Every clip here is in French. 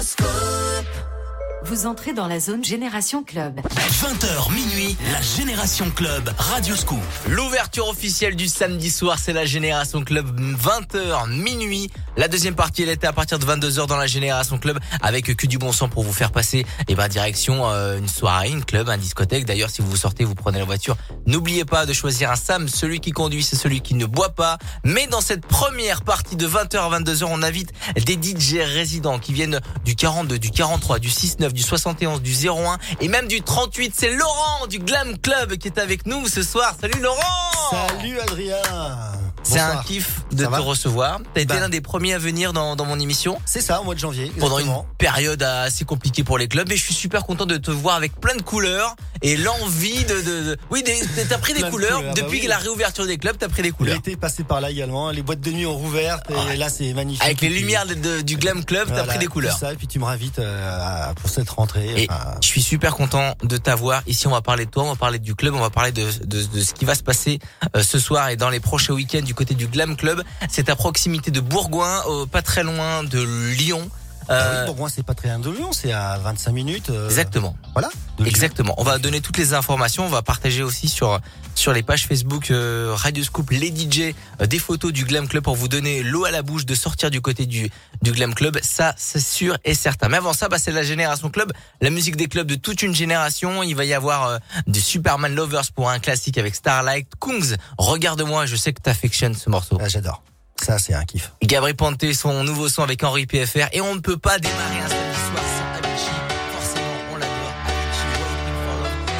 Vous entrez dans la zone Génération Club. 20h minuit, la Génération Club, Radio Scoop. L'ouverture officielle du samedi soir, c'est la Génération Club, 20h minuit. La deuxième partie, elle était à partir de 22h dans la Génération Club, avec que du bon sang pour vous faire passer, direction une soirée, une club, un discothèque. D'ailleurs, si vous sortez, vous prenez la voiture, n'oubliez pas de choisir un Sam. Celui qui conduit, c'est celui qui ne boit pas. Mais dans cette première partie de 20h à 22h, on invite des DJ résidents qui viennent du 42, du 43, du 69, du 71, du 01 et même du 38. C'est Laurent du Glam Club qui est avec nous ce soir. Salut Laurent! Salut Adrien! C'est un kiff de te recevoir. T'as été l'un des premiers à venir dans mon émission. C'est ça, au mois de janvier. Pendant exactement. une période assez compliquée pour les clubs. Mais je suis super content de te voir avec plein de couleurs et l'envie Oui, t'as pris des couleurs. Depuis la réouverture des clubs, t'as pris des couleurs. L'été passé par là également. Les boîtes de nuit ont rouvert et là, c'est magnifique. Avec les lumières du Glam Club, t'as pris des couleurs. Ça, et puis tu me ravites pour cette rentrée. Et je suis super content de t'avoir. Ici, on va parler de toi, on va parler du club, on va parler de ce qui va se passer ce soir et dans les prochains week-ends du côté du Glam Club. C'est à proximité de Bourgoin, pas très loin de Lyon. Oui, Bourgoin, c'est pas très loin de Lyon, c'est à 25 minutes. Exactement. Voilà. Exactement. On va donner toutes les informations. On va partager aussi sur les pages Facebook Radio Scoop, les DJ, des photos du Glam Club pour vous donner l'eau à la bouche de sortir du côté du Glam Club. Ça, c'est sûr et certain. Mais avant ça, c'est la Génération Club, la musique des clubs de toute une génération. Il va y avoir des Superman Lovers pour un classique avec Starlight. Kungs, regarde-moi, je sais que t'affectionnes ce morceau. Ah, j'adore. Ça, c'est un kiff. Gabri Ponte, son nouveau son avec Henri PFR. Et on ne peut pas démarrer un samedi soir sans Avicii. Forcément, on l'adore. Avicii, Waiting for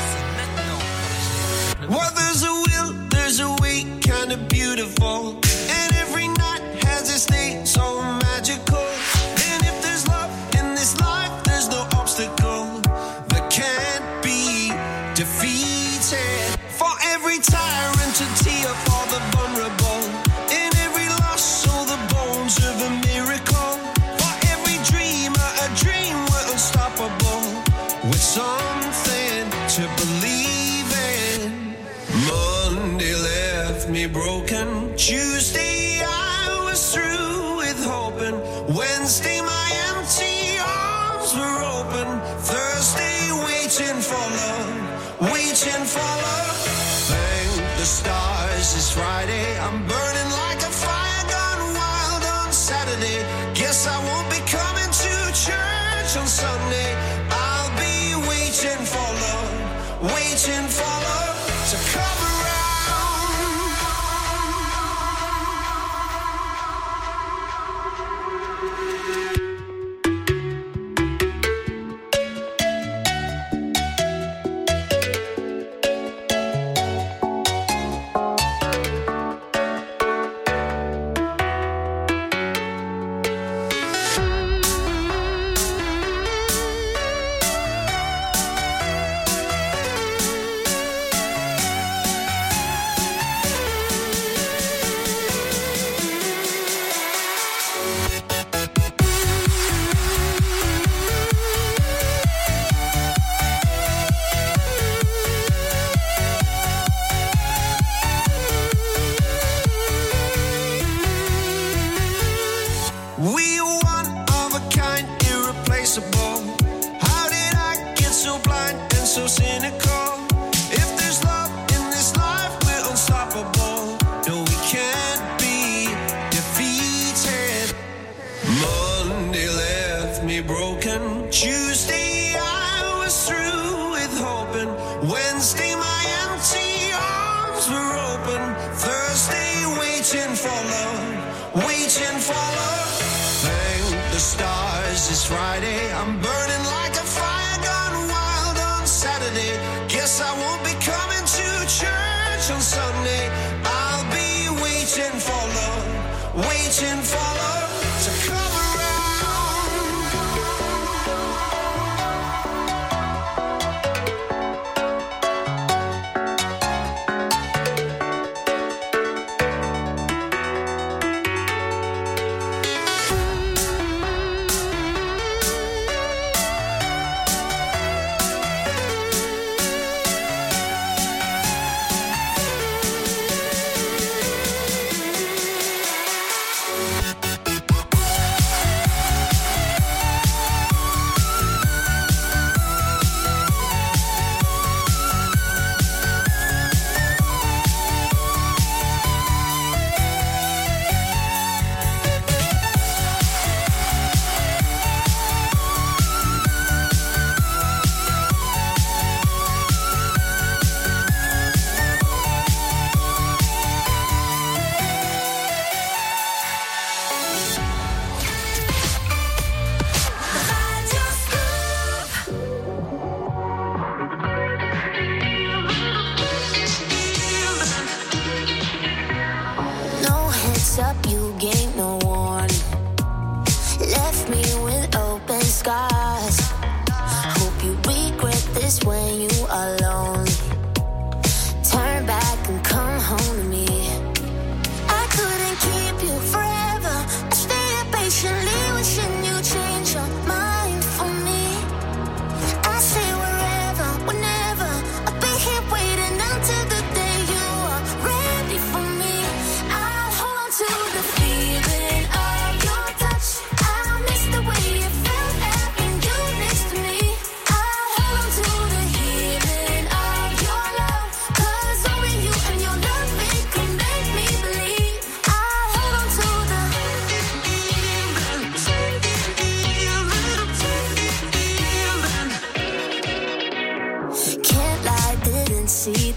Love. C'est maintenant. Well, there's a will, there's a way, kind of beautiful. And every night has its day, so magical. And if there's love in this life, there's no obstacle that can't be defeated. For every tyrant to tear for the vulnerable. Of a miracle, for every dreamer, a dream we're unstoppable, with something to believe in. Monday left me broken. Tuesday I was through with hoping. Wednesday my empty arms were open. Thursday waiting for love, waiting for love. Thank the stars it's Friday. I'm burning like a fire. Saturday, guess I won't be coming to church on Sunday. I'll be waiting for love, waiting for love to come around.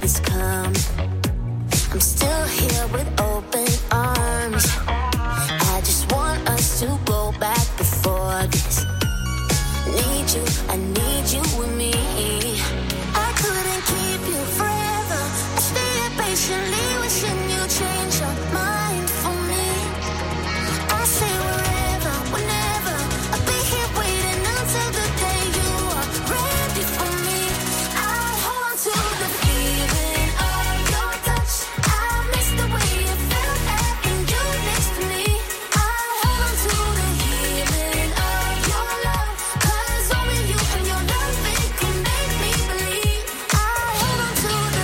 has come. I'm still here with open arms. I just want us to go back before this. Need you, I need you with me. I couldn't keep you forever. I stay here patiently wishing you change your mind for me. I say wherever, whenever, I'll be here waiting until the day you are ready for me. I'll hold to the feeling of your touch. I miss the way it felt having you next to me. I'll hold to the healing of your love, 'cause only you and your love, it can make me believe. I'll hold on to the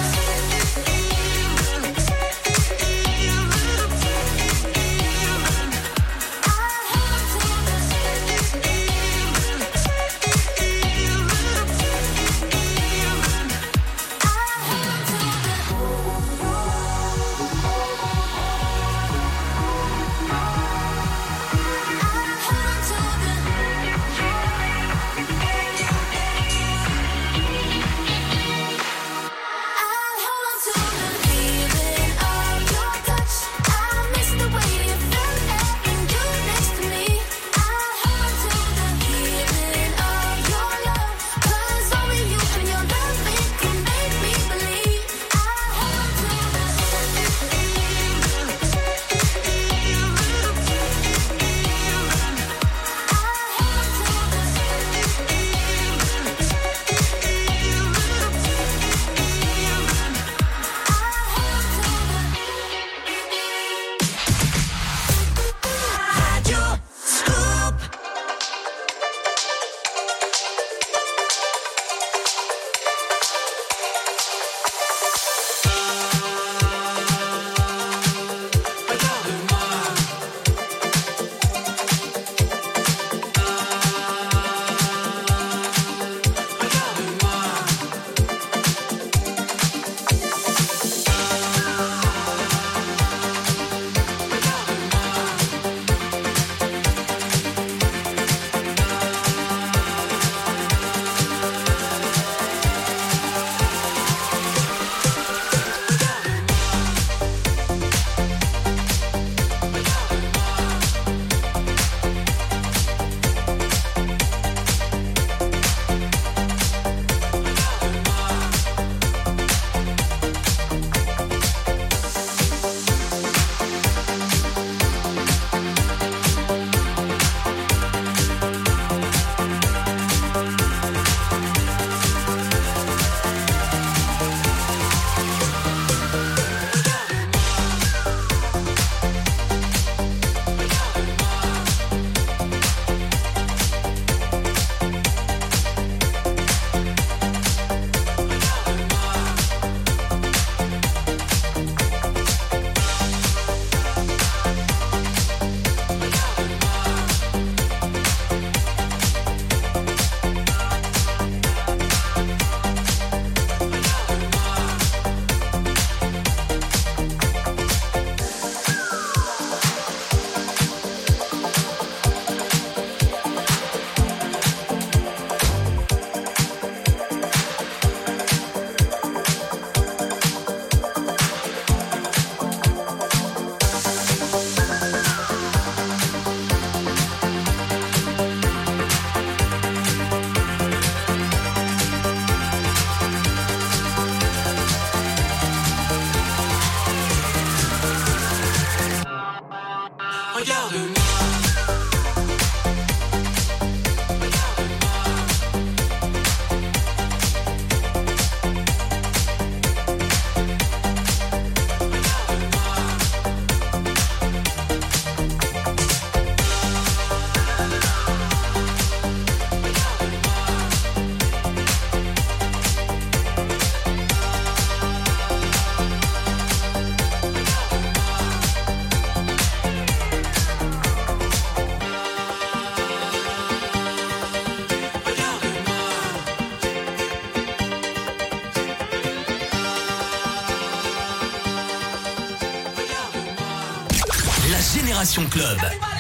Génération Club.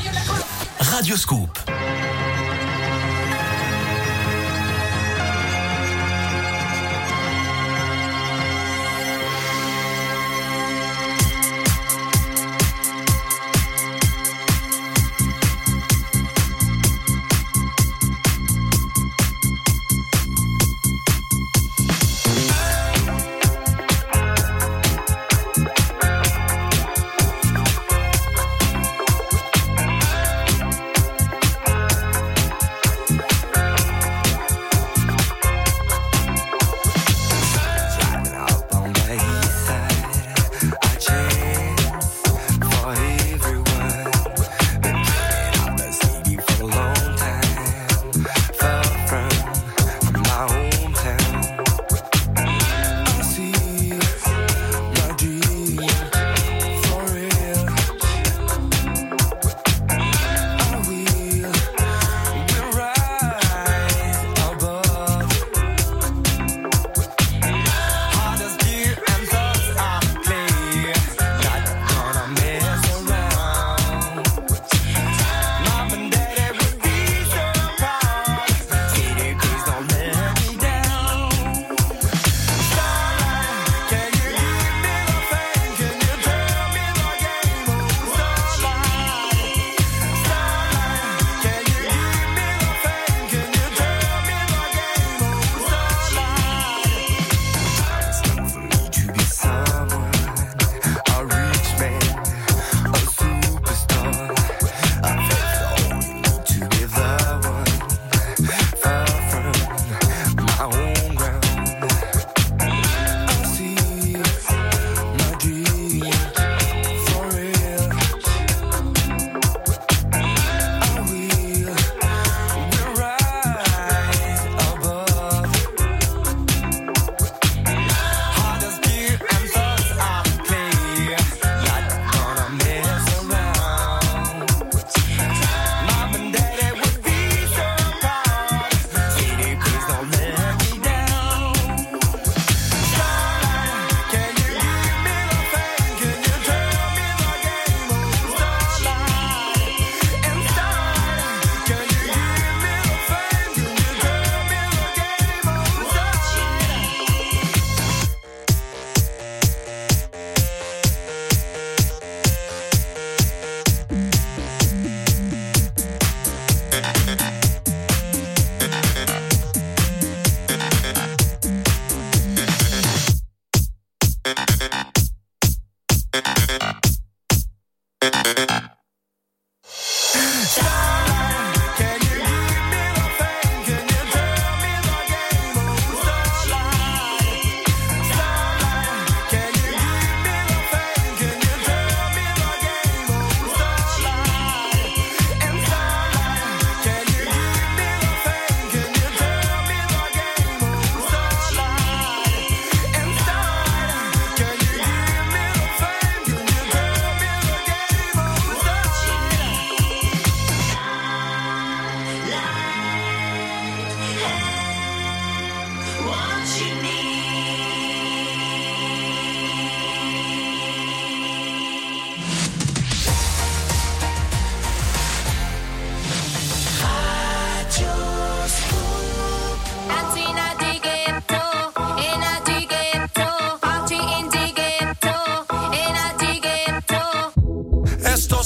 Radio Scoop.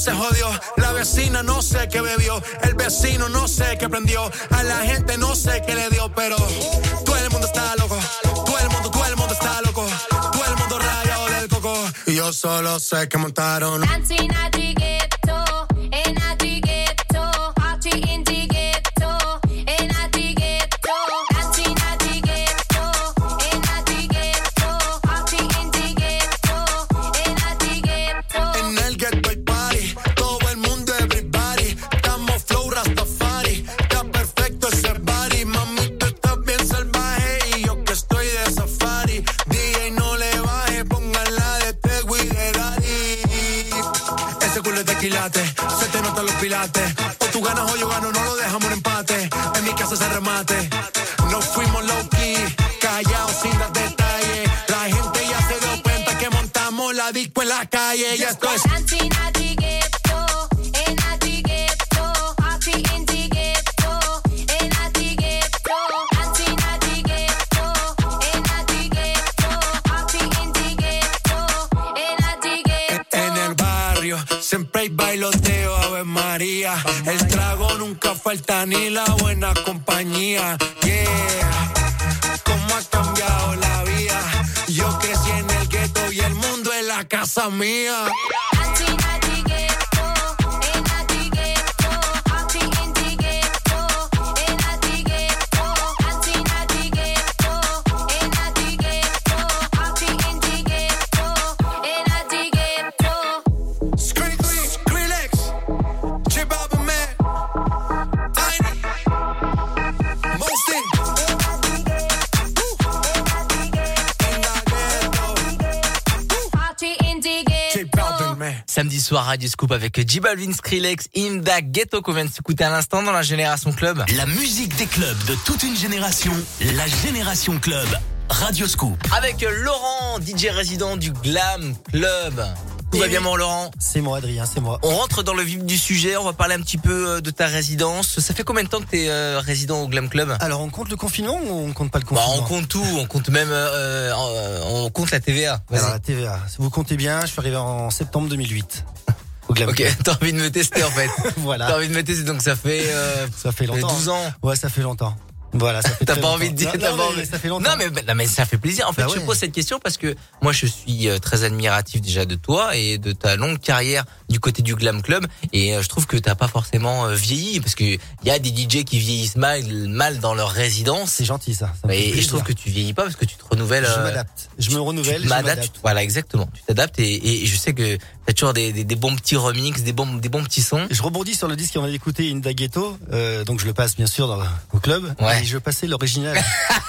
se jodió. La vecina no sé qué bebió. El vecino no sé qué prendió. A la gente no sé qué le dio, pero todo el mundo está loco. Todo el mundo está loco. Todo el mundo rayado del coco. Y yo solo sé que montaron. Dancing at the ghetto, and at the ghetto, party in the ghetto, and at the ghetto, dancing at the ghetto, and at the ghetto, party in the ghetto, and at the ghetto. En el ghetto hay party, todo el mundo everybody. Estamos flow Rastafari, está perfecto ese body. Mami, tú estás bien salvaje y yo que estoy de safari. DJ no le baje, pónganla de Tego y de Daddy. Ese culo es de quilate, se te notan los pilates. O tú ganas o yo gano, no lo dejamos en empate. En mi casa se remate, nos fuimos low key, callados sin dar detalles. La gente ya se dio cuenta que montamos la disco en la calle. Ya esto es Dancing at the ghetto, and at the ghetto, party in the ghetto, and at the ghetto, dancing at the ghetto, and at the ghetto, party in the ghetto, and at the ghetto. en el barrio, siempre hay bailoteo, Ave María. El trago nunca falta ni la buena compañía. Yeah, cómo ha cambiado la vida. Yo crecí en el gueto y el mundo es la casa mía. Dancing at the ghetto, and at the ghetto, party in the ghetto, and at the ghetto, dancing at the ghetto, and at the ghetto, party in the ghetto, and at the ghetto. Skrillex, Chip Alvin Man, Tiny, Mostin, Party in the Chip ghetto. Alvin Man. Samedi soir, Radio Scoop avec J Balvin, Skrillex, In Da Ghetto qu'on vient de s'écouter à l'instant dans la Génération Club. La musique des clubs de toute une génération. La Génération Club. Radio Scoop. Avec Laurent, DJ résident du Glam Club. Tout va bien, mon Laurent? C'est moi, Adrien, c'est moi. On rentre dans le vif du sujet, on va parler un petit peu de ta résidence. Ça fait combien de temps que tu es résident au Glam Club? Alors, on compte le confinement ou on compte pas le Bah, confinement? on compte tout, on compte même on compte la TVA. Vas-y. Alors, la TVA, si vous comptez bien, je suis arrivé en septembre 2008 au Glam Ok, Club. t'as envie de me tester en fait. T'as Voilà, envie de me tester, donc ça fait ça fait longtemps. 12 ans. Ouais, ça fait longtemps. Voilà, ça fait T'as très pas longtemps. envie de dire, Non, t'as non, pas mais envie. ça fait longtemps. Non mais ça fait plaisir. En fait, Bah je ouais. pose cette question parce que moi je suis très admiratif déjà de toi et de ta longue carrière du côté du Glam Club et je trouve que t'as pas forcément vieilli parce que il y a des DJ qui vieillissent mal dans leur résidence. C'est gentil, ça. Ça me fait Et je plaisir. trouve que tu vieillis pas parce que tu te renouvelles. Je m'adapte. Je me renouvelle, Tu je m'adaptes, m'adapte. voilà, exactement. Tu t'adaptes et je sais que t'as toujours des bons petits remixes, des bons petits sons. Je rebondis sur le disque qu'on va écouter, In Da Ghetto. Donc je le passe bien sûr au club. Ouais. Et je passais l'original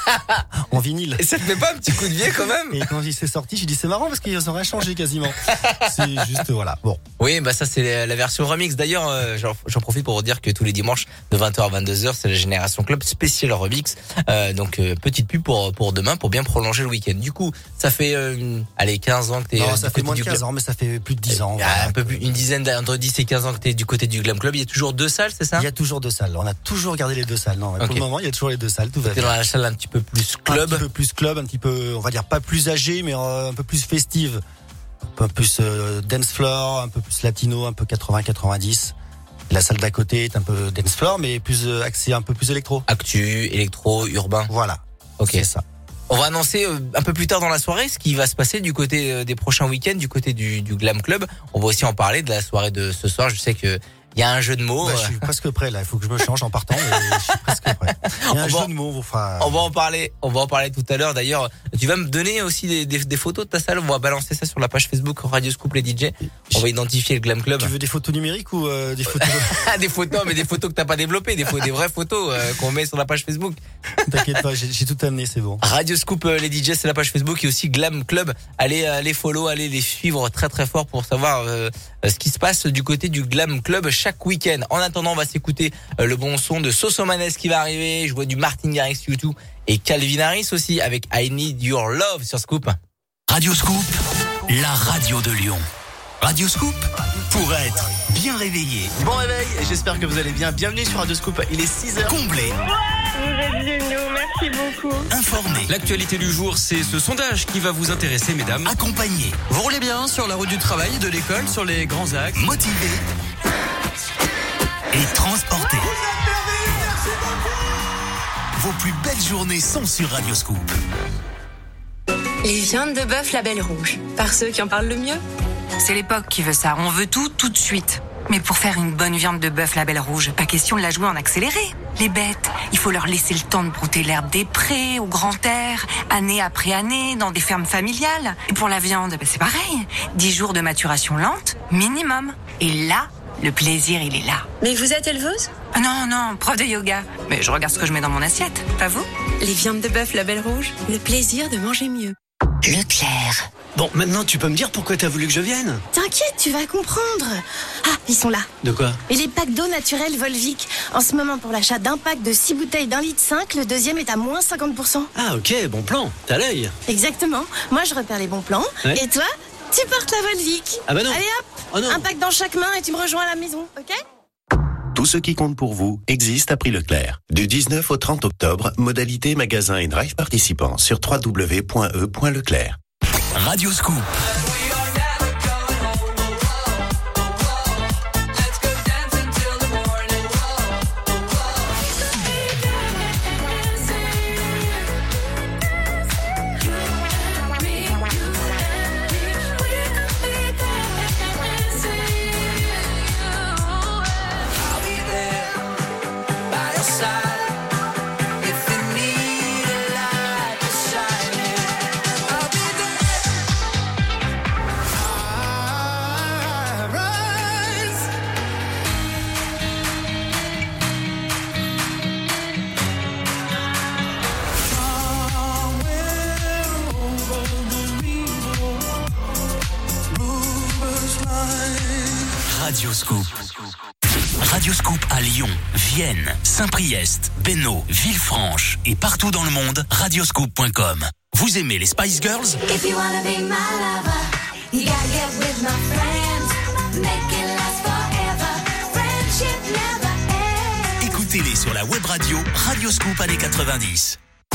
en vinyle. Et ça te fait pas un petit coup de vieux quand même? Et quand il s'est sorti, j'ai dit c'est marrant parce qu'ils ont rien changé quasiment. C'est juste voilà. Bon. Oui, bah ça c'est la version remix. D'ailleurs, j'en profite pour vous dire que tous les dimanches de 20h à 22h, c'est la Génération Club spécial remix. Donc petite pub pour demain pour bien prolonger le week-end. Du coup, ça fait allez 15 ans que t'es Non, du ça fait côté moins de du 15 Glam. ans, mais ça fait plus de 10 ans. Il y a voilà. un peu plus une dizaine entre 10 et 15 ans que t'es du côté du Glam Club. Il y a toujours 2 salles, c'est ça? Il y a toujours 2 salles. On a toujours gardé les 2 salles. Non, Ok. pour le moment, il y a toujours les 2 salles. Tout va T'es bien. dans la salle un petit peu plus club. Un petit peu plus club, un petit peu, on va dire pas plus âgé, mais un peu plus festive. Un peu plus dance floor, un peu plus latino, un peu 80-90. La salle d'à côté est un peu dance floor, mais plus axé un peu plus électro. Actu, électro, urbain. Voilà. Ok. C'est ça. On va annoncer un peu plus tard dans la soirée ce qui va se passer du côté des prochains week-ends, du côté du Glam Club. On va aussi en parler de la soirée de ce soir. Je sais que il y a un jeu de mots. Bah, je suis presque prêt là. Il faut que je me change en partant. Mais je suis presque prêt. Il y a un On va- jeu de mots. On vous fera. On va en parler. On va en parler tout à l'heure. D'ailleurs, tu vas me donner aussi des photos de ta salle. On va balancer ça sur la page Facebook Radio Scoop les DJ. On va identifier le Glam Club. Tu veux des photos numériques ou des photos? Ah, des photos, mais des photos que t'as pas développées, des vraies photos qu'on met sur la page Facebook. T'inquiète pas, j'ai tout amené, c'est bon. Radio Scoop les DJ, c'est la page Facebook et aussi Glam Club. Allez les follow, allez les suivre très très fort pour savoir ce qui se passe du côté du Glam Club chaque week-end. En attendant, on va s'écouter le bon son de Sosomanes qui va arriver. Je vois du Martin Garrix YouTube et Calvin Harris aussi avec I Need Your Love sur Scoop. Radio Scoop, la radio de Lyon. Radio Scoop, pour être bien réveillé. Bon réveil, j'espère que vous allez bien. Bienvenue sur Radio Scoop, il est 6h. Comblé Vous êtes géniaux, merci beaucoup. Informé, L'actualité du jour, c'est ce sondage qui va vous intéresser, mesdames. accompagné, Vous roulez bien sur la route du travail, de l'école, sur les grands axes. motivé et transporté. Vos plus belles journées sont sur Radio Scoop. Les viandes de bœuf Label Rouge, par ceux qui en parlent le mieux. C'est l'époque qui veut ça. On veut tout de suite. Mais pour faire une bonne viande de bœuf Label Rouge, pas question de la jouer en accéléré. Les bêtes, il faut leur laisser le temps de brouter l'herbe des prés, au grand air, année après année, dans des fermes familiales. Et pour la viande, c'est pareil. 10 jours de maturation lente, minimum. Et là, le plaisir, il est là. Mais vous êtes éleveuse? Non, prof de yoga. Mais je regarde ce que je mets dans mon assiette, pas vous? Les viandes de bœuf Label Rouge, le plaisir de manger mieux. Leclerc. Bon, maintenant tu peux me dire pourquoi t'as voulu que je vienne? T'inquiète, tu vas comprendre. Ah, ils sont là. De quoi? Et les packs d'eau naturelle Volvic. En ce moment, pour l'achat d'un pack de 6 bouteilles d'1,5 litre, le deuxième est à moins 50%. Ah ok, bon plan, t'as l'œil. Exactement. Moi, je repère les bons plans. Ouais. Et toi, tu portes la Volvic. Ah bah non. Allez hop, Oh non. un pack dans chaque main et tu me rejoins à la maison, ok? Tout ce qui compte pour vous existe à prix Leclerc. Du 19 au 30 octobre, modalité magasin et drive participants sur www.e.leclerc. Radio Scoop. Radio Scoop. Radio Scoop à Lyon, Vienne, Saint-Priest, Bénaud, Villefranche et partout dans le monde, radioscoop.com. Vous aimez les Spice Girls? If you wanna be my lover, you gotta get with my friends. Make it last forever. Friendship never ends. Écoutez-les sur la web radio Radio Scoop années 90.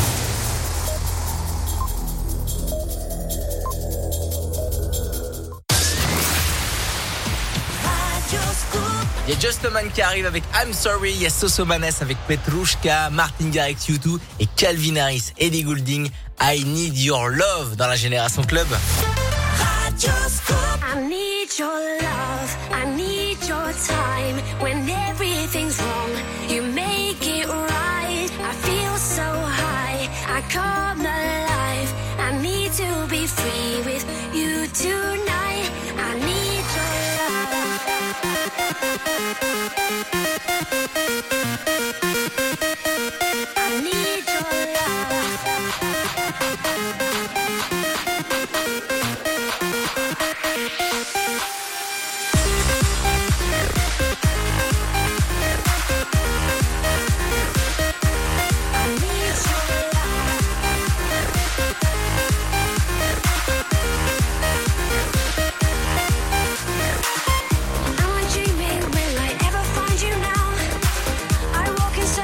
Il y a Just a Man qui arrive avec I'm Sorry, il y a Sosomanes avec Petrushka, Martin Garrix, U2 et Calvin Harris, Ellie Goulding, I Need Your Love dans la Génération Club. I need your love, I need your time. When everything's wrong, you make it right. I feel so high, I come alive. I need to be free with you tonight. I need your love. I need your I'm dreaming, will I ever find you now? I walk in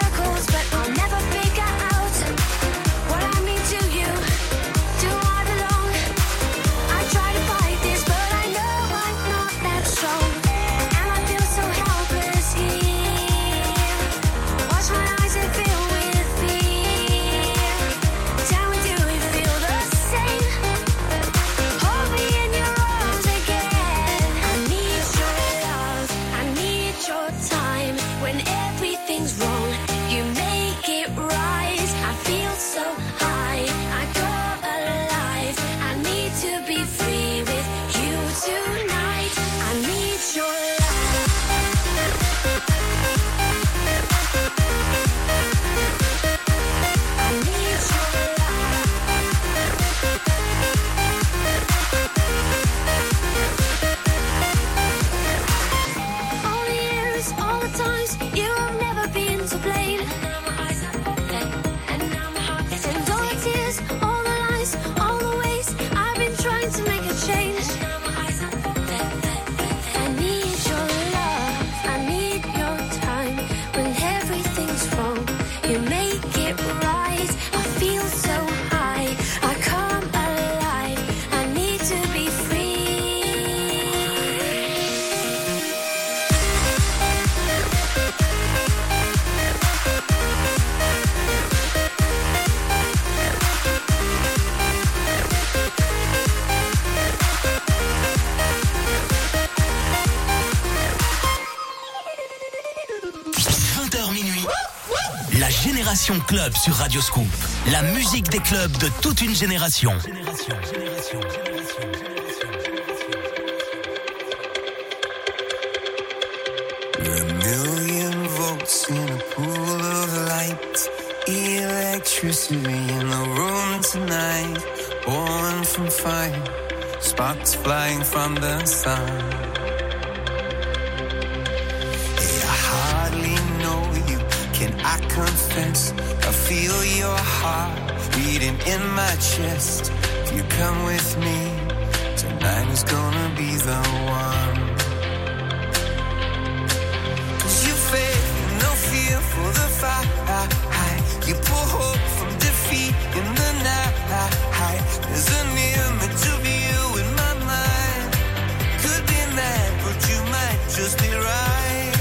Génération Club sur Radio Scoop. La musique des clubs de toute une génération. A million volts in a pool of light. Electricity in the room tonight. Born from fire. Sparks flying from the sun. I hardly know you, can I confess? I feel your heart beating in my chest. If you come with me, tonight is gonna be the one. 'Cause you faith, no fear for the fight. You pull hope from defeat in the night. There's an image of you in my mind. Could be mad, but you might just be right.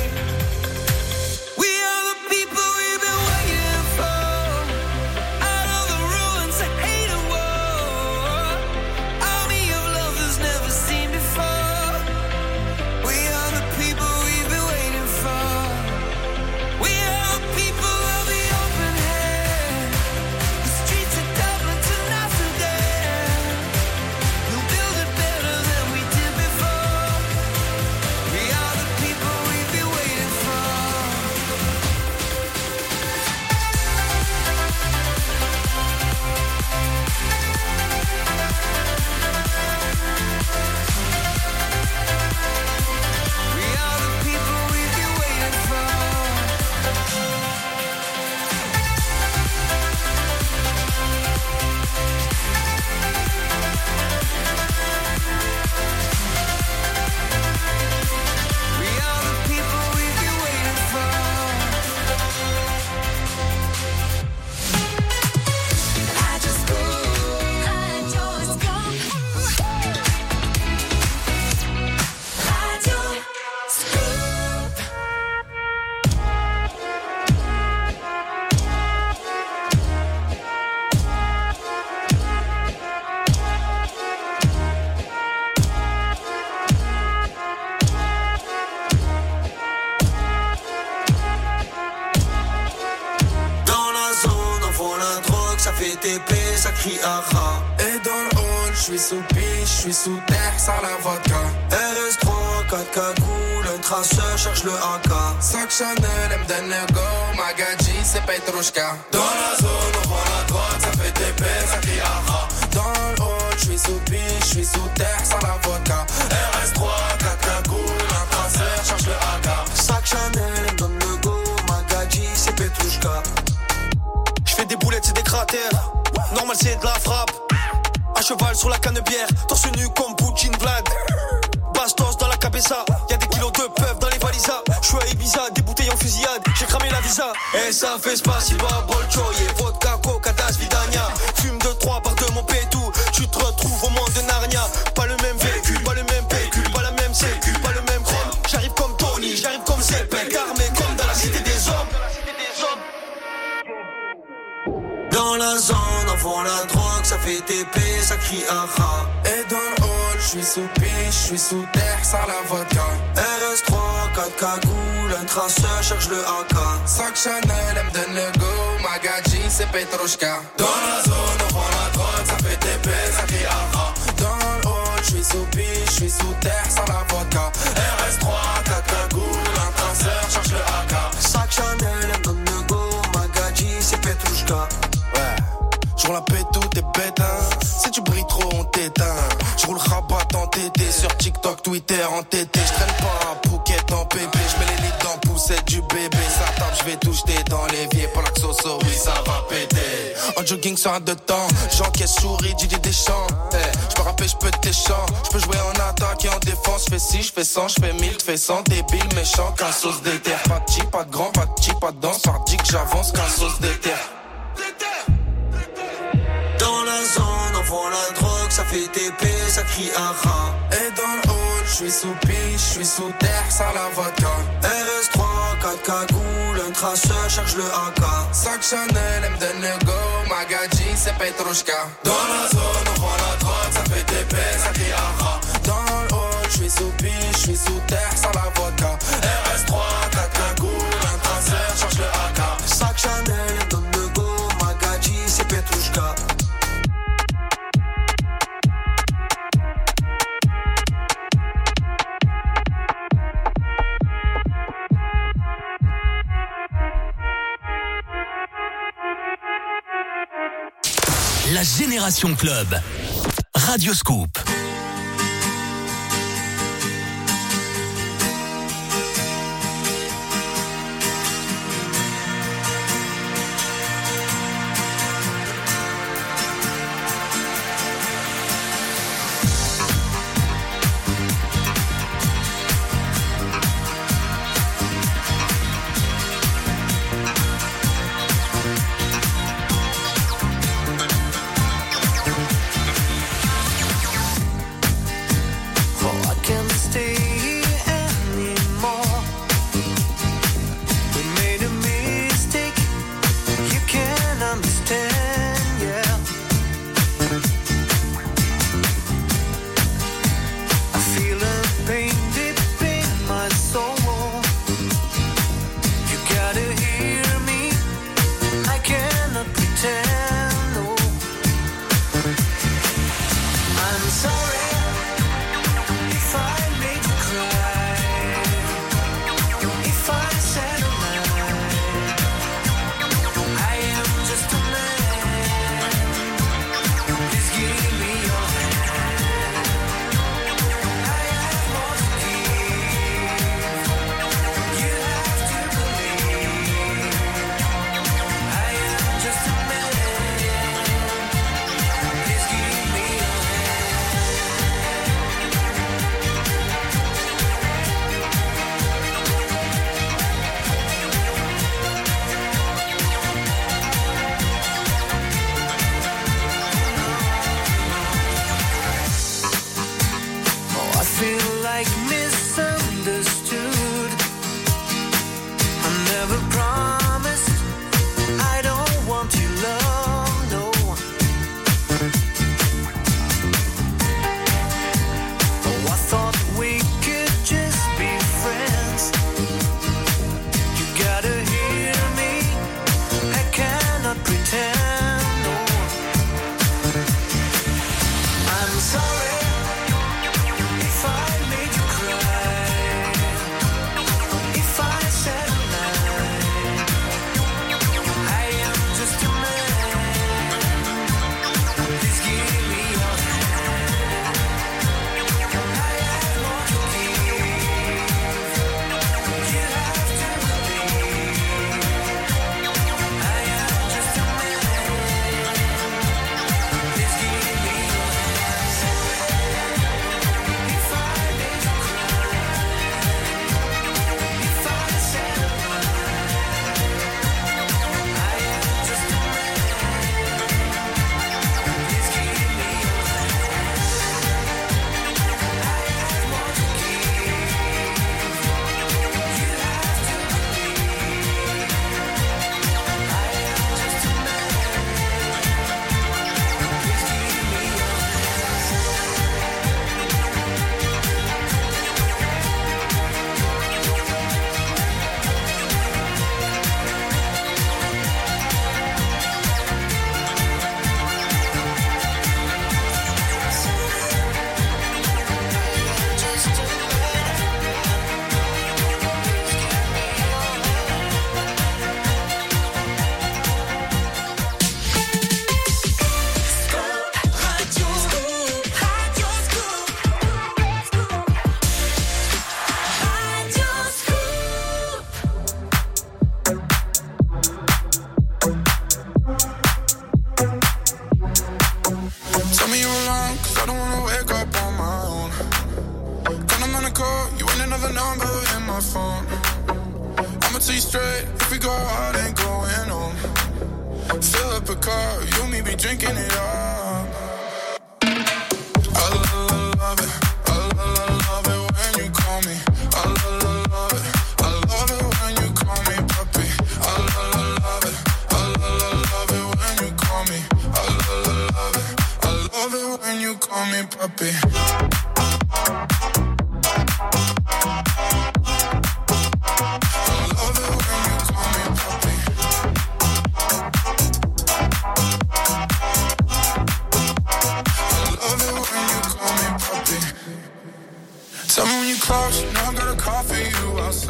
Ça crie aha. Et dans le hall, j'suis sous piche, j'suis sous terre, sans la vodka. RS3, 4 cagoules, un traceur cherche le AK. Sac Chanel, M donne le go, Magadji, c'est Petrushka. Dans la zone, on prend la droite, ça fait TP, ça crie aha. Dans le hall, j'suis sous piche, j'suis sous terre, sans la vodka. RS3, 4 cagoules, un traceur cherche le AK. Sac Chanel, M donne le go, Magadji, c'est Petrushka. J'fais des boulettes, c'est des cratères. Normal c'est de la frappe. À cheval sur la canne-bière. Torse nu comme Poutine Vlad. Bastos dans la cabeza. Y'a des kilos de puff dans les valisas. J'suis à Ibiza, des bouteilles en fusillade. J'ai cramé la visa. Et ça fait spasiba, bolchoye. Vodka, coca, das, vidania. Fume de 3 par 2 mon pétou. Tu te retrouves au monde de Narnia. Pas le même véhicule, pas le même pécule. Pas la même sécu, pas le même chrome. J'arrive comme Tony, j'arrive comme Zepek. Armé comme dans la cité des hommes. Dans la zone, on vend la drogue, ça fait TP, ça crie aha. Et dans le hall, j'suis sous piche, j'suis sous terre, sans la vodka. RS3, 4 cagoules, un traceur cherche le AK. Sac Chanel, M donne le go, Magadji, c'est Petrushka. Dans la zone, on vend la drogue, ça fait TP, ça crie aha. Dans le hall, j'suis sous piche, j'suis sous terre, sans la vodka. RS3, 4 cagoules, un traceur cherche le AK. Sac Chanel, M donne le go, Magadji, c'est Petrushka. J'roule la paix, tout est bête, hein. Si tu brilles trop, on t'éteint. J'roule rabat en tété, sur TikTok, Twitter, en tété. J'traîne pas un Phuket en pépé. J'mets les lits dans poussette du bébé. Ça tape, j'vais tout jeter dans l'évier. Pour la xoso, oui, ça va péter. En jogging sur un 2 temps, j'encaisse souris, Didier Deschamps. J'peux rapper, j'peux tes chants. J'peux jouer en attaque et en défense. J'fais 6, j'fais 100, j'fais 1000, j'fais 100. Débile, méchant, qu'un sauce d'éther. Pas de chi, pas de grand, pas de chi, pas de danse. Par dit que j'avance, qu'un sauce d'éther. Dans la zone, on vend la drogue, ça fait TP, ça crie aha. Et dans le hall, j'suis sous piche, j'suis sous terre, sans la vodka. RS3, 4 cagoules, un traceur cherche le AK. Sac Chanel, M donne le go, Magadji, c'est Petrushka. Dans la zone, on vend la drogue, ça fait TP, ça crie aha. Dans le hall, j'suis sous piche, j'suis sous terre, sans la vodka. RS3, 4 cagoules, un traceur cherche le AK. Sac Chanel, M donne le La Génération Club. Radio Scoop.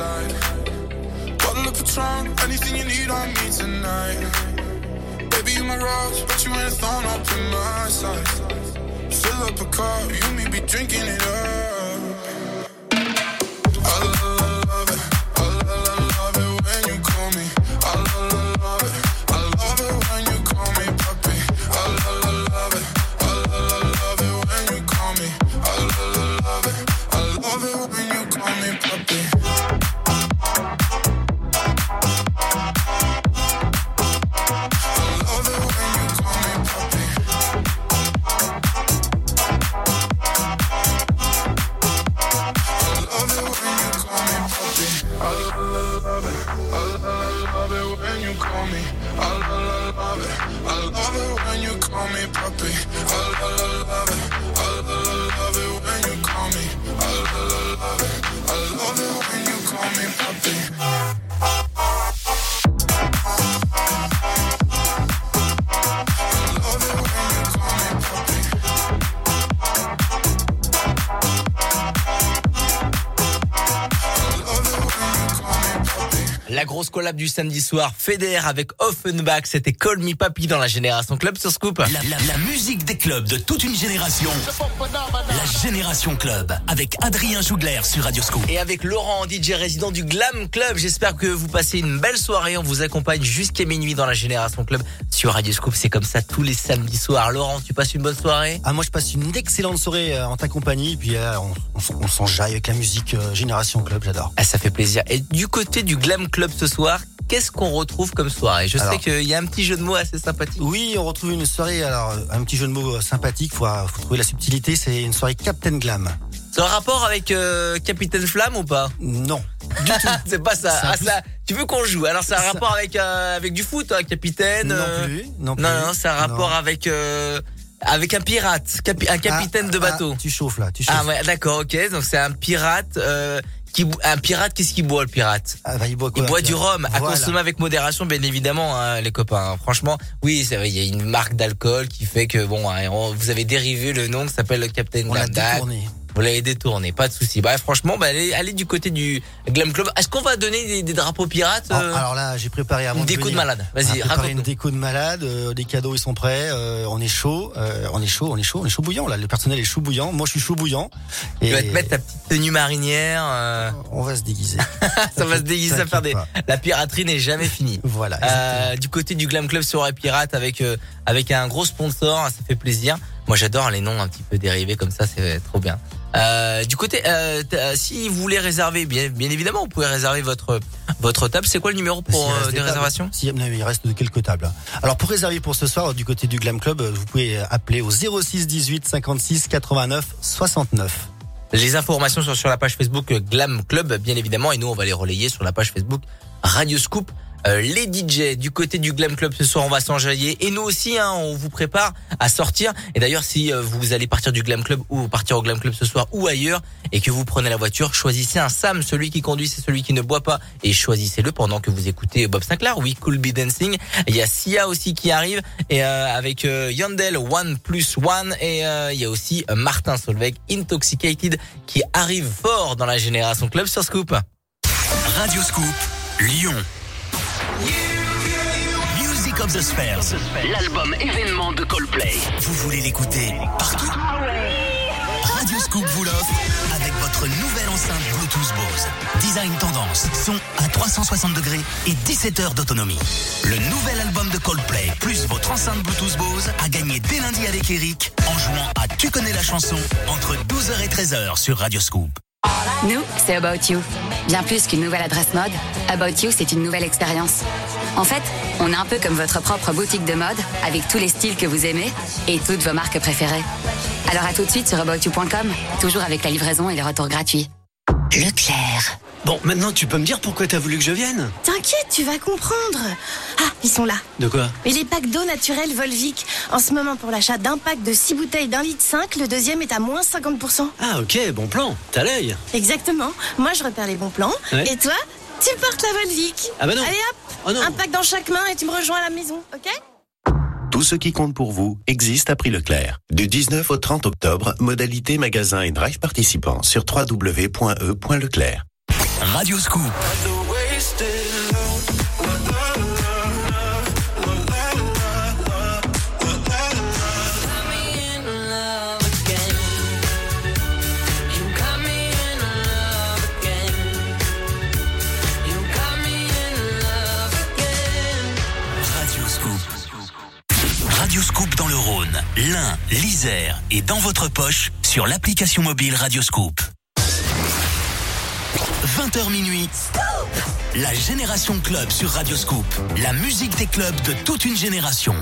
Bottle of Patron, anything you need on me tonight. Baby, you my rocks, but you ain't thrown up in my sight. Fill up a cup, you and me be drinking it up. I love it, I love it when you call me. I love it, I love it when you call me puppy. I love it, I love it when you call me. I love it when you call me puppy. La grosse collab du samedi soir, Feder avec Offenbach, c'était Call Me Papi dans la Génération Club sur Scoop. La musique des clubs de toute une génération. La Génération Club avec Adrien Jougler sur Radio Scoop. Et avec Laurent, DJ résident du Glam Club. J'espère que vous passez une belle soirée. On vous accompagne jusqu'à minuit dans la Génération Club sur Radio Scoop. C'est comme ça tous les samedis soirs. Laurent, tu passes une bonne soirée? Ah, moi je passe une excellente soirée en ta compagnie. Puis on s'enjaille avec la musique Génération Club, j'adore. Ah, ça fait plaisir. Et du côté du Glam Club ce soir, qu'est-ce qu'on retrouve comme soirée? Je sais qu'il y a un petit jeu de mots assez sympathique. Oui, on retrouve une soirée, alors un petit jeu de mots sympathique, faut trouver la subtilité, c'est une soirée Captain Glam. C'est un rapport avec Capitaine Flamme ou pas? Non, du tout. C'est pas ça. Ah, ça. Tu veux qu'on joue? Alors c'est un rapport avec du foot, hein, Capitaine? Non plus. Non, c'est un rapport avec un pirate, un capitaine de bateau. Tu chauffes là, tu chauffes. Ah ouais, d'accord, ok. Donc c'est un pirate. Qu'est-ce qu'il boit, le pirate? Il boit quoi? Il boit du rhum, à Voilà. consommer avec modération, bien évidemment, hein, les copains. Franchement, oui, il y a une marque d'alcool qui fait que vous avez dérivé le nom qui s'appelle le Captain Glam. On l'a détourné. Vous l'avez détourné, pas de souci. Bah franchement, allez du côté du Glam Club. Est-ce qu'on va donner des drapeaux pirates? Alors là, j'ai préparé avant une déco de malade. Vas-y, raconte-nous. Une déco de malade, des cadeaux ils sont prêts, on est chaud, on est chaud bouillant là. Le personnel est chaud bouillant. Moi je suis chaud bouillant. Tu vas te mettre ta petite tenue marinière. On va se déguiser. Ça va se déguiser à faire la piraterie n'est jamais finie. Voilà. Du côté du Glam Club soirée pirate avec un gros sponsor, ça fait plaisir. Moi j'adore les noms un petit peu dérivés comme ça, c'est trop bien. Du côté, si vous voulez réserver, bien évidemment, vous pouvez réserver votre table. C'est quoi le numéro pour des réservations? Il reste quelques tables. Alors pour réserver pour ce soir du côté du Glam Club, vous pouvez appeler au 06 18 56 89 69. Les informations sont sur la page Facebook Glam Club, bien évidemment, et nous on va les relayer sur la page Facebook Radio Scoop. Les DJ du côté du Glam Club ce soir, on va s'enjailler, et nous aussi, hein, on vous prépare à sortir. Et d'ailleurs, si vous allez partir du Glam Club ou partir au Glam Club ce soir ou ailleurs, et que vous prenez la voiture, choisissez un Sam. Celui qui conduit, c'est celui qui ne boit pas, et choisissez-le pendant que vous écoutez Bob Sinclair. Oui, Cool Be Dancing. Il y a Sia aussi qui arrive, et avec Yandel 1+1, et il y a aussi Martin Solveig Intoxicated qui arrive fort dans la Génération Club sur Scoop. Radio Scoop, Lyon. Music of the Spheres, l'album événement de Coldplay. Vous voulez l'écouter partout? Radio Scoop vous l'offre avec votre nouvelle enceinte Bluetooth Bose. Design tendance, son à 360 degrés et 17 heures d'autonomie. Le nouvel album de Coldplay plus votre enceinte Bluetooth Bose a gagné dès lundi avec Eric en jouant à Tu connais la chanson entre 12h et 13h sur Radio Scoop. Nous, c'est About You. Bien plus qu'une nouvelle adresse mode, About You, c'est une nouvelle expérience. En fait, on est un peu comme votre propre boutique de mode, avec tous les styles que vous aimez et toutes vos marques préférées. Alors à tout de suite sur aboutyou.com, toujours avec la livraison et les retours gratuits. Leclerc. Bon, maintenant tu peux me dire pourquoi t'as voulu que je vienne? T'inquiète, tu vas comprendre. Ah, ils sont là. De quoi? Mais les packs d'eau naturelle Volvic. En ce moment, pour l'achat d'un pack de 6 bouteilles d'1,5 litre, le deuxième est à moins 50%. Ah ok, bon plan, t'as l'œil. Exactement. Moi, je repère les bons plans. Ouais. Et toi, tu portes la Volvic. Ah bah non. Allez hop, Oh non. un pack dans chaque main et tu me rejoins à la maison, ok? Tout ce qui compte pour vous existe à prix Leclerc. Du 19 au 30 octobre, modalité magasin et drive participants sur www.e.leclerc. Radio Scoop. Radioscoop dans le Rhône, l'Ain, l'Isère et dans votre poche sur l'application mobile Radioscoop. 20h minuit, la Génération Club sur Radioscoop. La musique des clubs de toute une génération.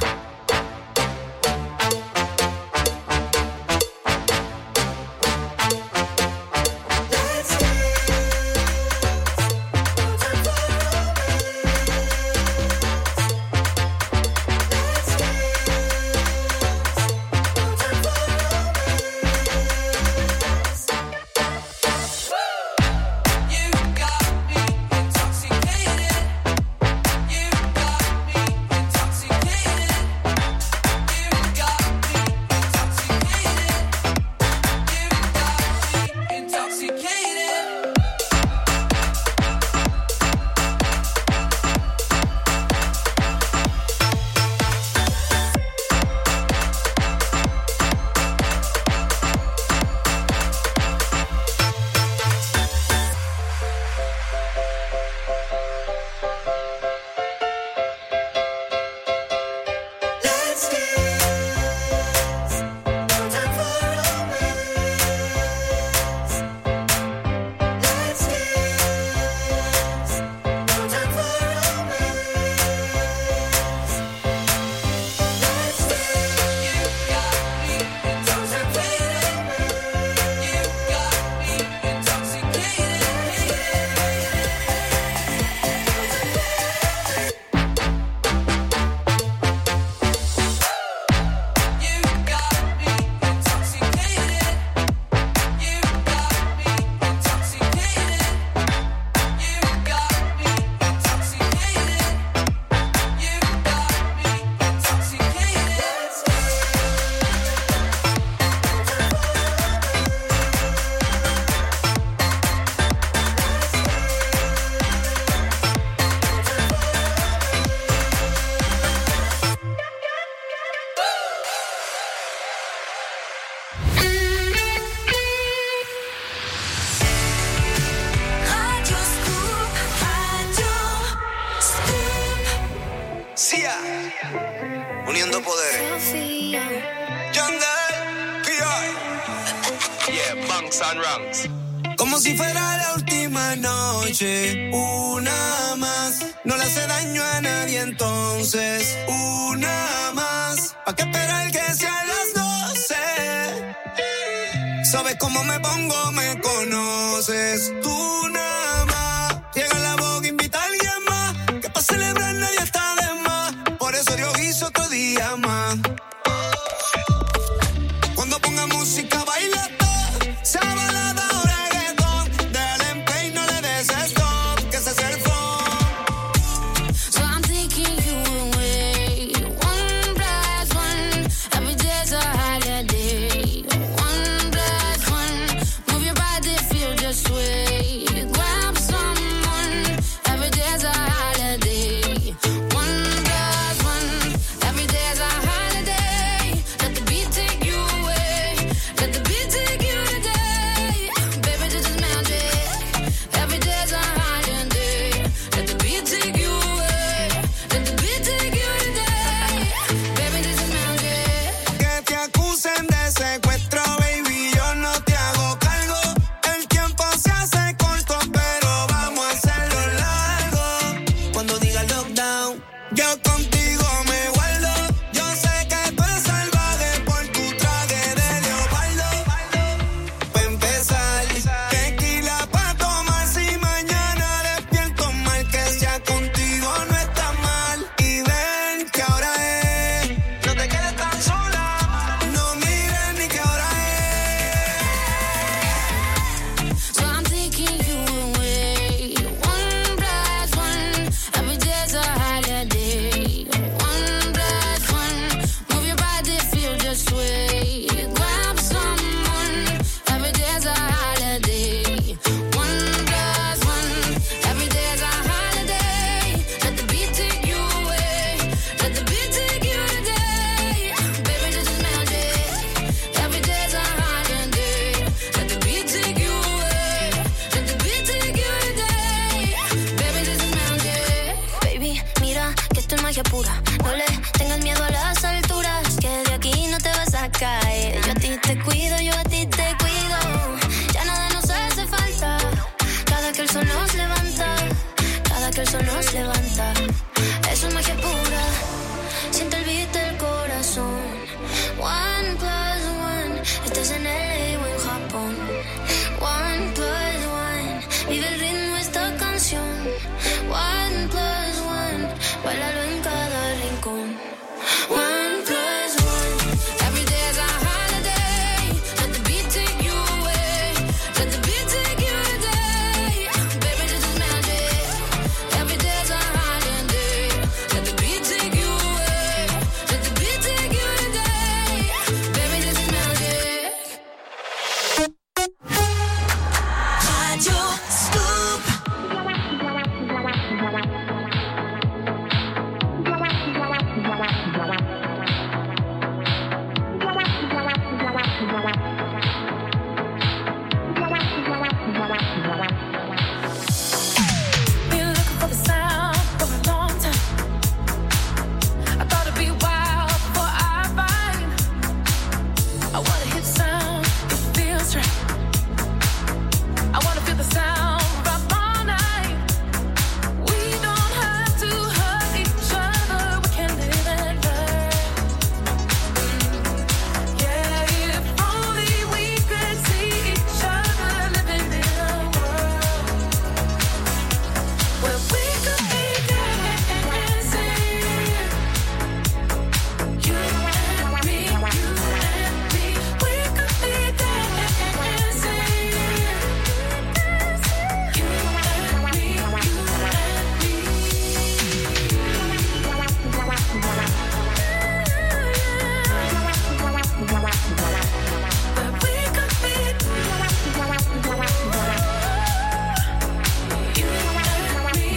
Uniendo poderes. Jungle, P.I. Yeah, banks and ranks. Como si fuera la última noche, una más. No le hace daño a nadie entonces, una más. ¿Pa' qué esperar que sean las 12? Sabes cómo me pongo, me conoces. Tú nada más. Llega la boca, invita a alguien más. Que pa' celebrar nadie está de más. Por eso Dios hizo otro día más. Cuando ponga música, baila todo. Sea balada o reggaetón. Dale en play, no le des stop. Que ese es el phone. So I'm taking you away. 1+1. Every day's a holiday. 1+1. Move your body, feel the sway. Grab someone. Every day's a holiday. 1+1. Every day's a holiday. cae. Yo a ti te cuido, yo a ti te cuido. Ya nada nos hace falta. Cada que el sol nos levanta, cada que el sol nos levanta. Eso es magia pura. Siente el beat del corazón. 1+1. Estás en LA o en Japón. 1+1. Vive el ritmo de esta canción. 1+1. Báilalo en cada rincón. 1+1. Every day is a holiday. Let the beat take you away. Let the beat take you today. Baby, this is magic. Every day is a holiday. Let the beat take you away. Let the beat take you today. Baby, this is magic. Radio Scoop. Been looking for the sound for a long time. I thought it'd be wild before I find. I wanna hit sound, it feels right. I wanna feel the sound up all night. We don't have to hurt each other, we can live and learn. Yeah, if only we could see each other living in a world where we could be dancing. You and me, we could be dancing. You and me, where we could be. You and me,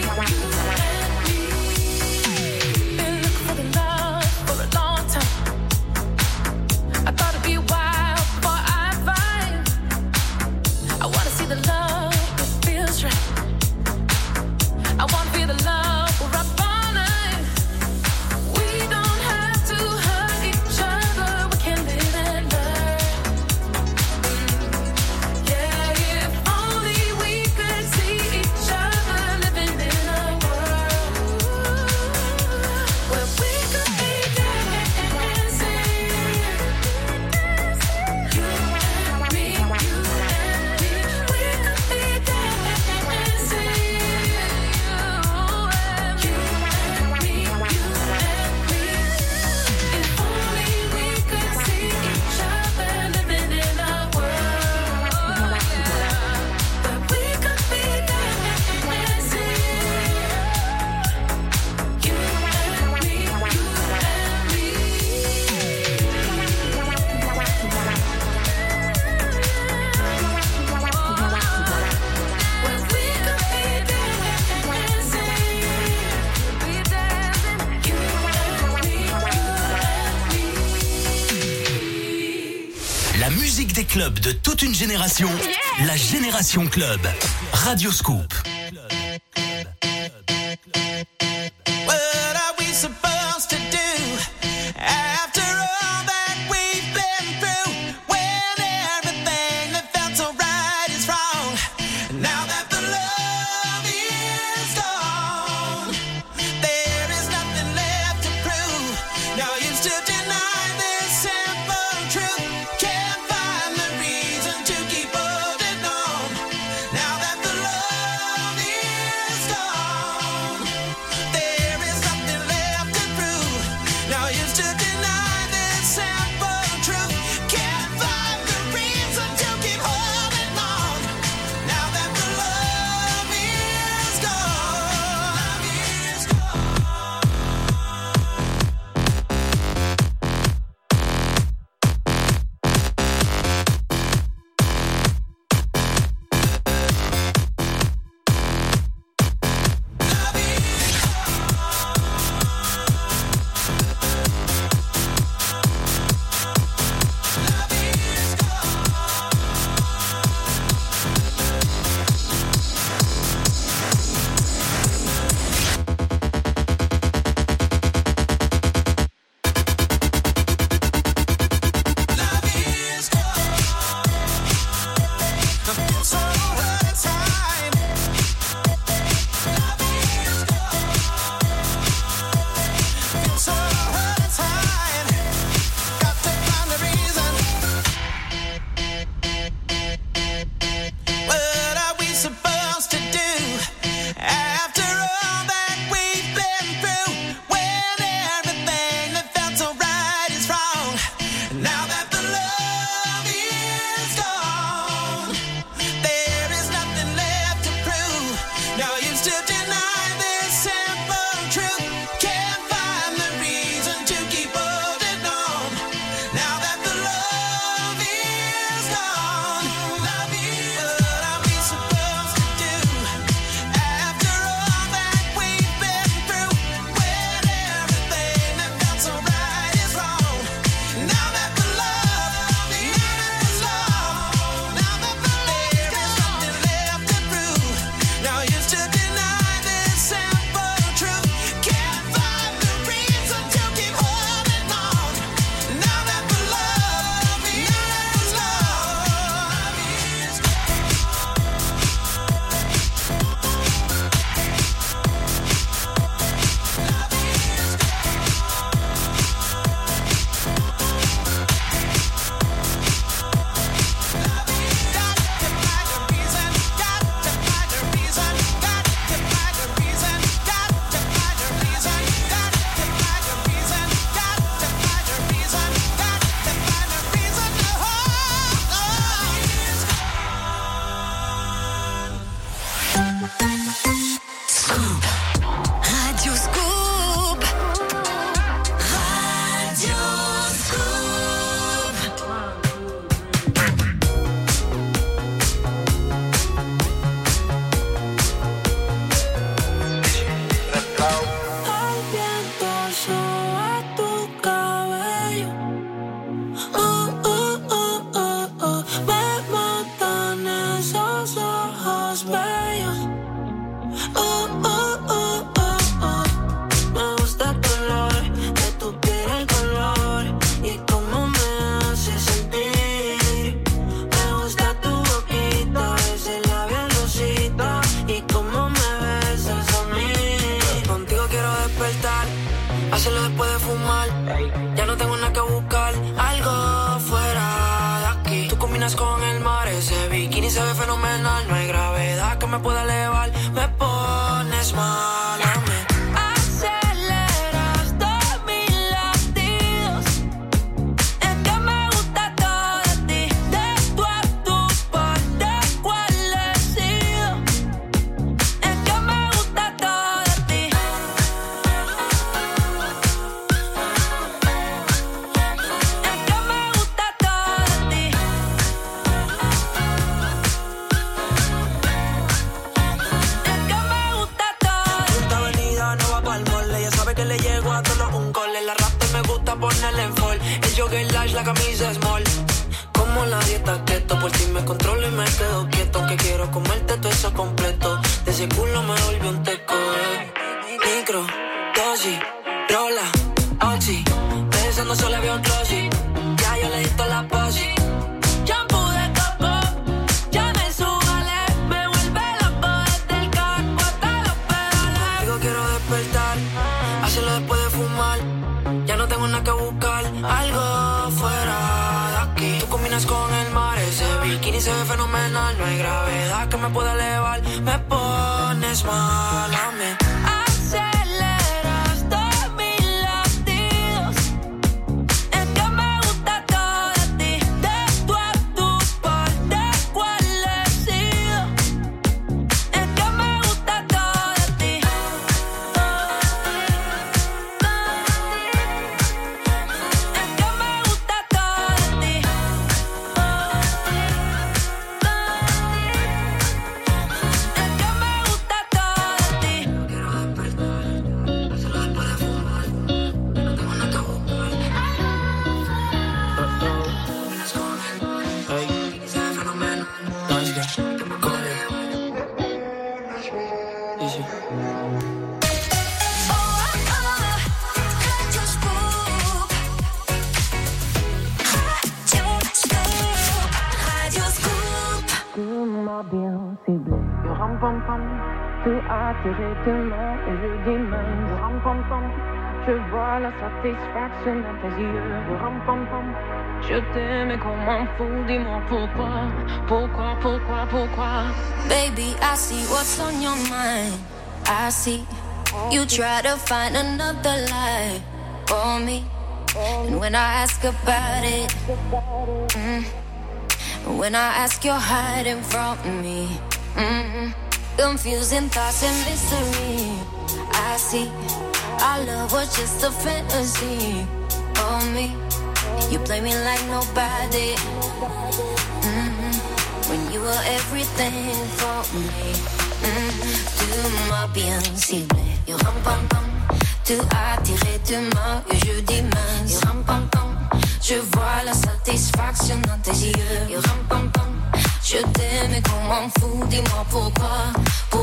been looking for the love for a long time. I thought it'd be wild before I find. I wanna see the love that feels right. I wanna feel the love we're up all night. We don't have to hurt each other, we can live and learn. Yeah, if only we could see each other living in a world where we could be dancing. You and me, we could be dancing. You and me, if only we could see each other living in a world where we could be dancing. You and me, where we could be dancing. Be dancing. You La musique des clubs de toute une génération, la Génération Club. Radio Scoop. What are we supposed to do after all that we've been through? When everything that felt so right is wrong. Now that the love is gone, there is nothing left to prove. No use to deny this simple truth. Can't find the reason to keep holding on. Now that the love is gone, there is nothing left to prove. No use to deny this simple truth. Can't find the reason to keep holding on. Now that the love is gone, love is me pueda elevar. Me pones mal a mí. Aceleras todos mis latidos. Es que me gusta todo de ti. De tú a tu parte, ¿cuál he sido? Es que me gusta todo de ti. Es que me gusta todo de ti. Esta avenida no va pa'l mole. Ella sabe que le llego a todos un cole. La rasta me gusta ponerle en fall. El jogger large, la camisa small. Como la dieta keto. Por ti me controlo y me quedo quieto. Que quiero comerte todo eso completo. De ese culo me volvió un teco. Micro, dosis, rola, oxi. Pensando solo había un glossy. Ya yo le di toda la posi. Shampoo de coco, ya me subale. Me vuelve loco desde el carro hasta los pedales. Digo quiero despertar, hacerlo después de fumar. Ya no tengo nada que buscar, algo fuera de aquí. Tú combinas con el mar, ese bikini se ve fenomenal. No hay gravedad que me pueda elevar. Me pones mal a mí. Aceleras todos mis latidos. Es que me gusta todo de ti. De tú a tu parte, ¿cuál he sido? Es que me gusta todo de ti. Es que me gusta todo de ti. Tu as tiré tes mains et je dis mince. Ram pam pam, je vois la satisfaction dans tes yeux. Ram pam pam, je t'aime et qu'on m'en fout. Dis-moi pourquoi, pourquoi. Baby, I see what's on your mind. I see you try to find another life for me. And when I ask about it, when I ask, you're hiding from me. Confusing thoughts and mystery. I see our love was just a fantasy on me. You play me like nobody. When you were everything for me. Tu m'as bien ciblé. You ram pam pam. Tu as tiré tes mains et je dis mince. You ram pam pam. Je vois la satisfaction dans tes yeux. You ram pam pam. Je t'aime et qu'on m'en fout. Dis-moi pourquoi.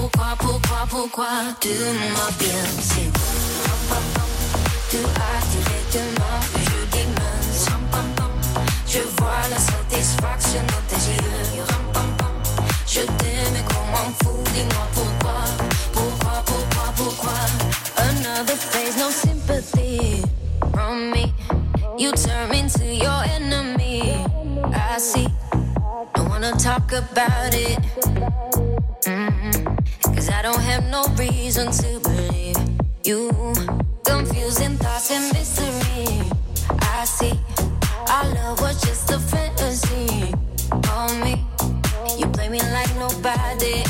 Tu m'as bien ciblé. Ram pam pam. Tu as tiré tes mains et je dis mince. Ram pam pam. Je vois la satisfaction dans tes yeux. You ram pam pam. Je t'aime et qu'on m'en fout. Dis-moi pourquoi. Another phase, no sympathy from me. You turn me into your enemy. I see. Don't wanna talk about it. Cause I don't have no reason to believe you. Confusing thoughts and mystery. I see. Our love was just a fantasy on me. You play me like nobody.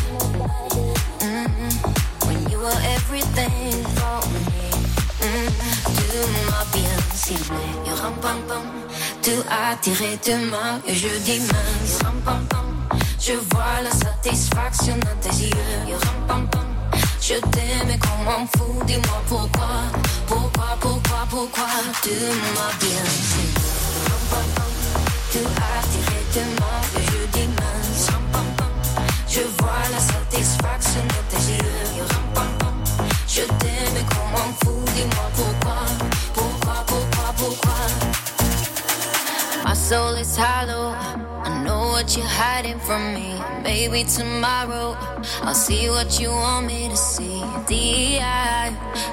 When you were everything for me. Tu m'as bien ciblé. You ram pam pam. Tu as tiré tes mains et je dis mince. Ram pam pam. Je vois la satisfaction dans tes yeux. You ram pam pam. Je t'aime et qu'on m'en fout. Dis-moi pourquoi. Tu m'as bien ciblé. Ram pam pam. Tu as tiré tes mains et je dis mince. Ram pam pam. Je vois la satisfaction dans tes yeux. You ram pam pam. Je t'aime et qu'on m'en fout. Dis-moi pourquoi. My soul is hollow. I know what you're hiding from me. Maybe tomorrow I'll see what you want me to see. D.I.,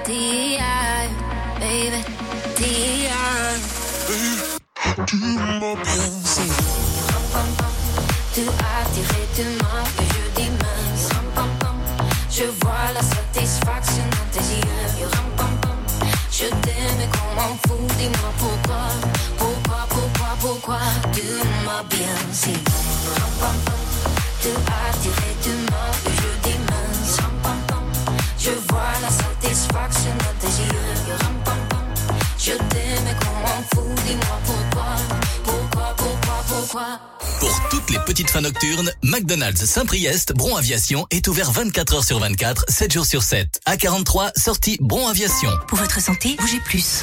baby, D.I. Tu m'as bien ciblé. Tu as tiré tes mains et je dis mince. Je vois la satisfaction dans tes yeux. Ram pam pam. Je t'aime et qu'on m'en fout. Dis-moi pourquoi. Pourquoi tu m'as bien si ram pam pam. Tu as tiré du main et je dis mince. Ram pam pam. Je vois la satisfaction dans tes yeux. Ram pam pam. Je t'aime et qu'on m'en fout. Dis-moi pourquoi. Pour toutes les petites fins nocturnes, McDonald's Saint-Priest, Bron Aviation est ouvert 24h sur 24, 7 jours sur 7. A43, sortie Bron Aviation. Pour votre santé, bougez plus.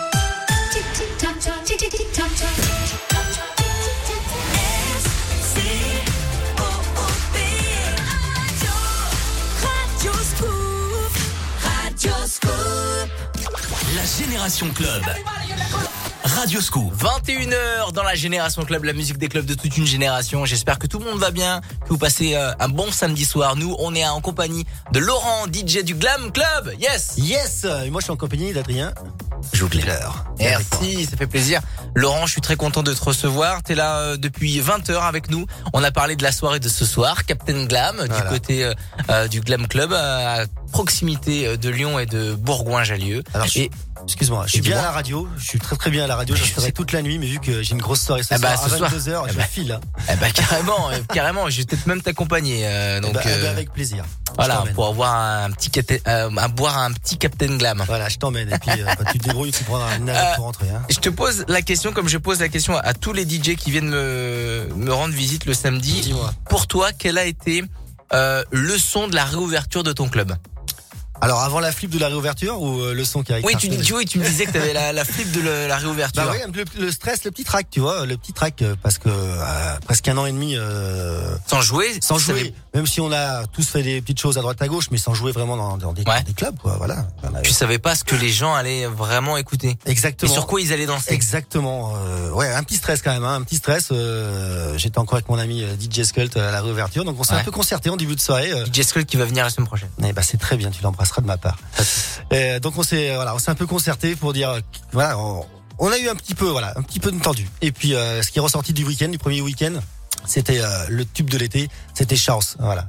La Génération Club. Radio Scoop. 21h dans la Génération Club, la musique des clubs de toute une génération. J'espère que tout le monde va bien, que vous passez un bon samedi soir. Nous, on est en compagnie de Laurent, DJ du Glam Club. Yes. Et moi je suis en compagnie d'Adrien. Merci, ça fait plaisir. Laurent, je suis très content de te recevoir. T'es là depuis 20h avec nous. On a parlé de la soirée de ce soir, Captain Glam, du côté du Glam Club, à proximité de Lyon et de Bourgoin-Jallieu. Alors, excuse-moi, je suis bien à la radio. Je suis très très bien à la radio. Je resterai toute la nuit, mais vu que j'ai une grosse soirée ce soir à 22h, je file. Carrément. Je vais peut-être même t'accompagner. Avec plaisir. Voilà, pour avoir boire un petit Captain Glam. Voilà, je t'emmène. Et puis, quand tu te débrouilles, tu prendras un navette pour rentrer. Je te pose la question, comme je pose la question à tous les DJ qui viennent me rendre visite le samedi. Dis-moi. Pour toi, quel a été le son de la réouverture de ton club? Alors avant la flip de la réouverture ou le son qui arrive? Oui, tu me disais que tu avais la flip de la réouverture. Bah oui, le stress, le petit track, tu vois, le petit track parce que presque un an et demi sans jouer, même si on a tous fait des petites choses à droite à gauche, mais sans jouer vraiment dans des clubs, quoi. Voilà. Tu savais pas ce que les gens allaient vraiment écouter. Exactement. Et sur quoi ils allaient danser. Exactement. Un petit stress quand même, un petit stress. J'étais encore avec mon ami DJ Skult à la réouverture, donc on s'est un peu concerté en début de soirée. DJ Skult qui va venir la semaine prochaine. C'est très bien, tu l'embrasseras de ma part. Donc on s'est un peu concerté pour dire voilà, on a eu un petit peu de tendu. Et puis ce qui est ressorti du premier week-end, c'était le tube de l'été, c'était Chaos, voilà.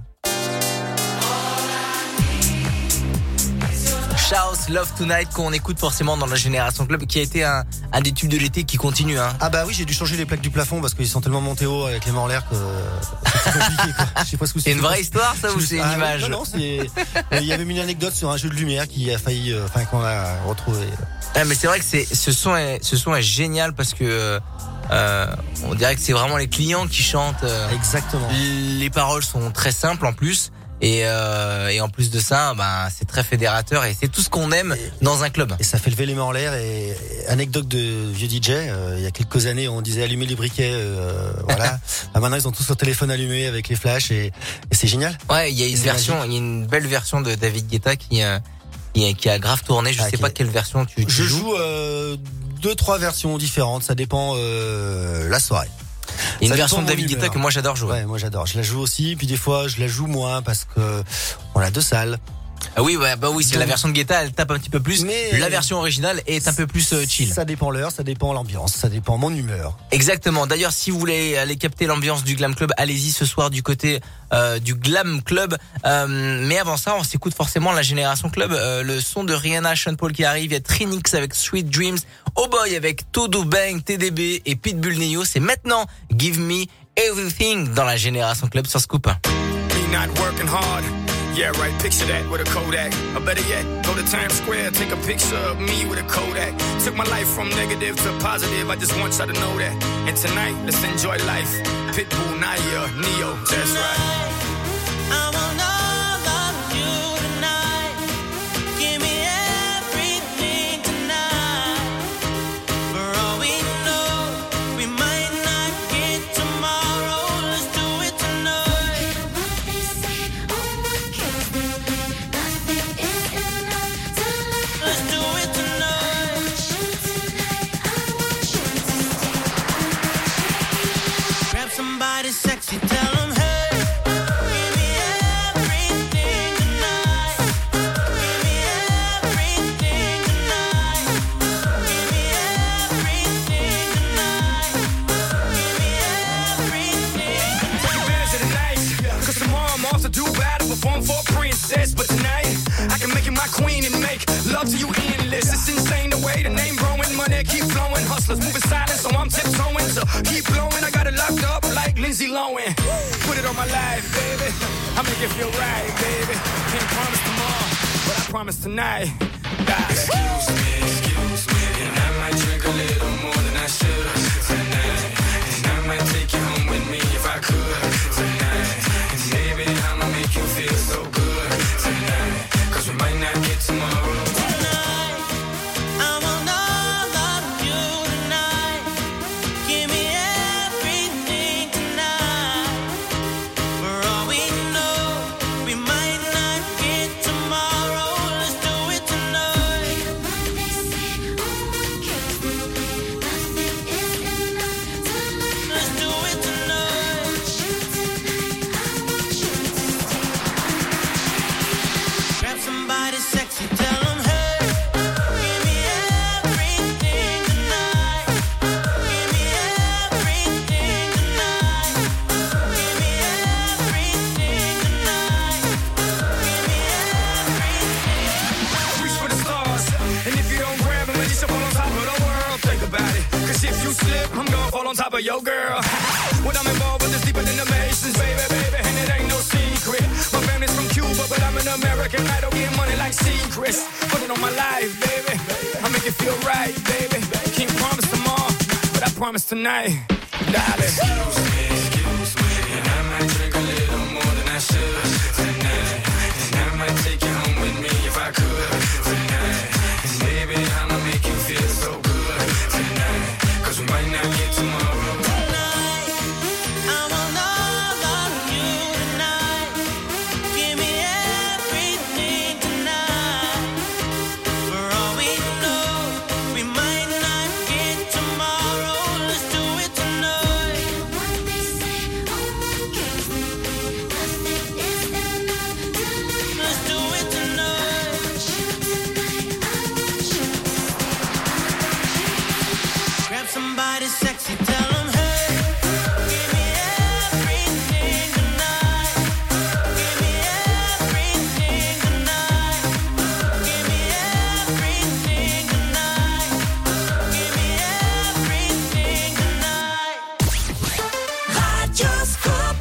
Chaos, Love Tonight, qu'on écoute forcément dans la Génération Club, qui a été un des tubes de l'été qui continue. Ah bah oui, j'ai dû changer les plaques du plafond parce qu'ils sont tellement montés haut avec les mains en l'air que c'est compliqué, quoi. Je sais pas ce que c'est. C'est une vraie histoire, ça, ou c'est une image? Non, il y avait une anecdote sur un jeu de lumière qui a failli, qu'on a retrouvé. Mais c'est vrai que ce son est génial parce que on dirait que c'est vraiment les clients qui chantent. Exactement. Les paroles sont très simples en plus. Et en plus de ça, c'est très fédérateur et c'est tout ce qu'on aime dans un club. Et ça fait lever les mains en l'air. Et anecdote de vieux DJ, il y a quelques années, on disait allumer les briquets, voilà. Maintenant, ils ont tous leur téléphone allumé avec les flashs et c'est génial. Ouais, il y a une belle version de David Guetta qui a grave tourné. Je sais pas quelle version tu Je joue 2-3 versions différentes. Ça dépend la soirée. Il y a une version de David Guetta que moi j'adore jouer. Ouais, moi j'adore. Je la joue aussi, puis des fois je la joue moins parce que on a 2 salles. Ah oui, c'est la version de Guetta, elle tape un petit peu plus. Mais la version originale est un peu plus chill. Ça dépend l'heure, ça dépend l'ambiance, ça dépend mon humeur. Exactement. D'ailleurs, si vous voulez aller capter l'ambiance du Glam Club, allez-y ce soir du côté du Glam Club. Mais avant ça, on s'écoute forcément la Génération Club. Le son de Rihanna, Sean Paul qui arrive. Il y a Trinix avec Sweet Dreams, Oh Boy avec Todo Bang, TDB et Pitbull Neo. C'est maintenant Give Me Everything dans la Génération Club sur Scoop. Yeah, right, picture that with a Kodak. Or better yet, go to Times Square, take a picture of me with a Kodak. Took my life from negative to positive, I just want y'all to know that. And tonight, let's enjoy life. Pitbull, Naya, Neo, that's right. I want all of you tonight. Give me everything tonight. For all we know, we might not get tomorrow. Let's do it tonight. Somebody sexy, tell them hey. flowing. Hustlers moving silent, so I'm tiptoeing. So keep blowing, I got it locked up like Lindsay Lohan. Put it on my life, baby. I make it feel right, baby. Can't promise tomorrow, but I promise tonight. Excuse me, and I might drink a little more than I should tonight. And I might take you home with me if I could tonight. And baby, I'ma make you feel so good tonight. Cause we might not get tomorrow. I'm gonna fall on top of your girl. What I'm involved with is deeper than the Masons, baby, baby, and it ain't no secret. My family's from Cuba, but I'm an American idol, getting money like secrets. Put it on my life, baby. I make it feel right, baby. Can't promise tomorrow, but I promise tonight, darling. Excuse me, and I might drink a little more than I should tonight. And I might take you home with me if I could tonight. And baby, I'ma make you feel so good tonight. Cause we might not get tomorrow. Somebody sexy, tell them, hey, give me everything tonight. Give me everything tonight. Give me everything tonight. Give me everything tonight. Radioscope.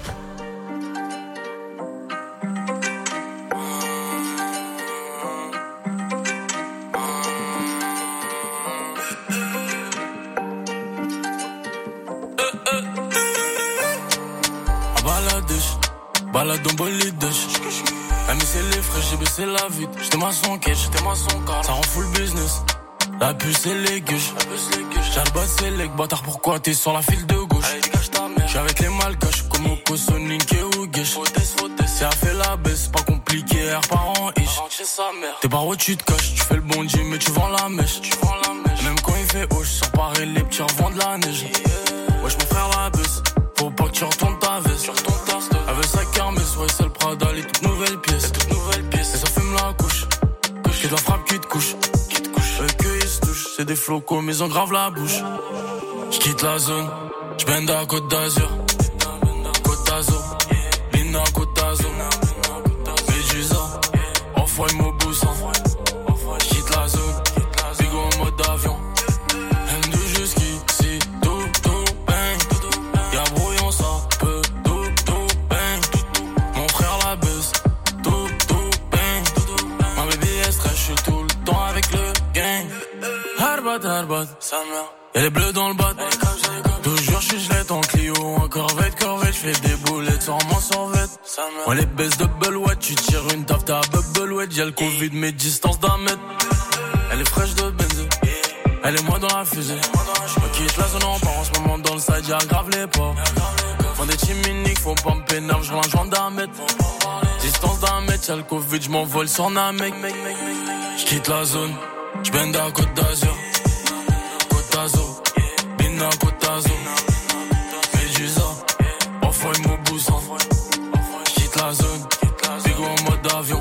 Balade en bolide. Elle mis c'est les frais, j'ai baissé la vitre. J'étais ma son cash, ça rend full business. La puce et les gueuches. J'ai le bas c'est les bâtard, pourquoi t'es sur la file de gauche? J'suis avec les malgaches, comme Oko, Sonic et Ougesh. C'est à fait la baisse, pas compliqué, air parent ish. T'es par où tu te caches, tu fais le bondi mais tu vends la mèche. Même quand il fait haut, j'sors pareil, les petits revendent la neige. Wesh mon frère la baisse, faut pas que tu retournes ta veste. Elle veut sa kermesse, ouais c'est le Prada, les toutes nouvelles pièces. Et ça fume la couche, qui te la frappe, qui te couche. Que ils se touchent, c'est des flocos mais ils engravent la bouche. J'quitte la zone, j'bende à Côte d'Azur. Côte d'Azur, Lina Côte d'Azur. Médusa, Off-White Mobusa. J'quitte la zone, Bigo en mode avion. M2 jusqu'ici, tout bang. Y'a brouillon ça peut, tout bang. Mon frère la baisse, tout bang. Ma baby est stress, j'suis tout le temps avec le gang. Harbat, sa mère. Y'a les bleus dans le bat. Toujours j'suis gelette en Clio, en corvette, j'fais des boulettes sur mon survette. On les baisse de Belouette, tu tires une taf, t'as Belouette. Y'a le Covid, mais distance d'un mètre. Elle est fraîche de benzé, elle est moi dans la fusée. Je quitte la zone en part, en ce moment dans le side, j'aggrave les pas. Font des chiminiques, faut pas me pénal, j'rends la jointe d'un mètre. Distance d'un mètre, y'a le Covid, j'm'envole sur Namek. J'quitte la zone, j'bende à Côte d'Azur. Côte d'Azur, Bina Côte d'Azur. Médusa, Off-White Mobusa. J'quitte la zone, Bigo en mode avion.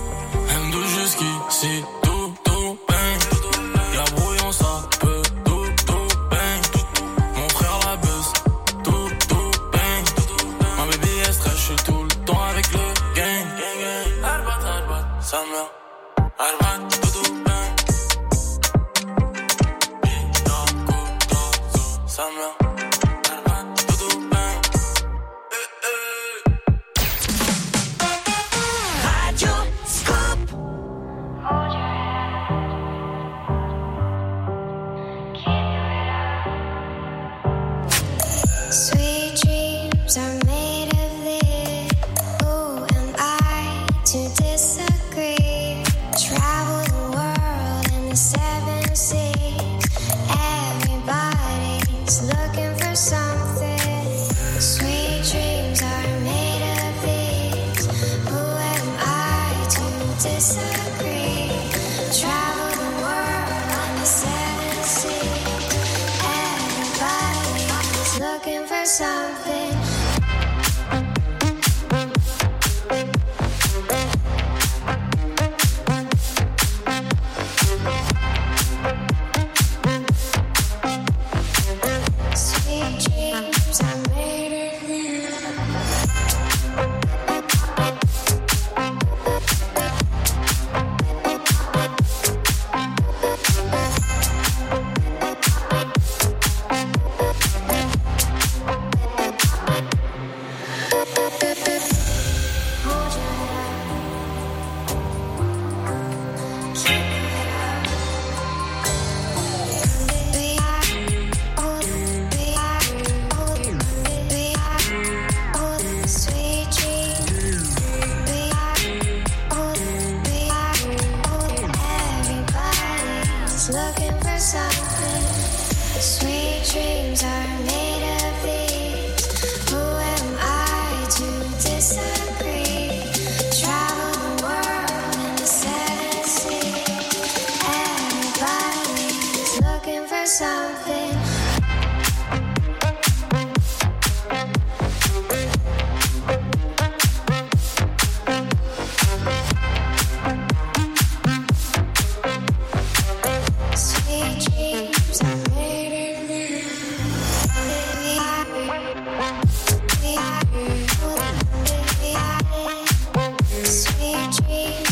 M2 jusqu'ici, tout bang. Y'a brouillon, ça peut, tout bang. Mon frère la baisse, tout bang. Ma baby est stress, j'suis tout le temps avec le gang. Arbat, sa mère. Arbat, tout bang. ensemble. Radio Scoop. Sweet dreams are made of this. Who am I to disagree? Travel the world in the 7 seas. Everybody's looking for something. Sweet dreams are made of these. Who am I to disagree? Travel the world on the 7 seas. Everybody's looking for something. Sweet dreams are made of this. Sweet dreams. Everybody's looking for something. Sweet dreams are made of these. Who am I to disagree? Travel the world in the 7 seas. Everybody's looking for something. Sweet dreams are made of this. Sweet dreams.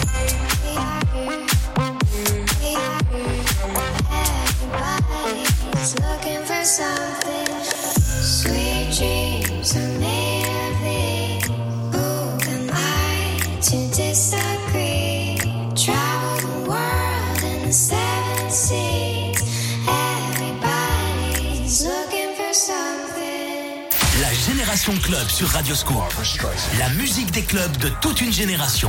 Everybody's looking for something. Sweet dreams are made of this. Who am I to disagree? Travel the world in the 7 seas. Everybody's looking for something. La Génération Club sur Radio Scoop. La musique des clubs de toute une génération.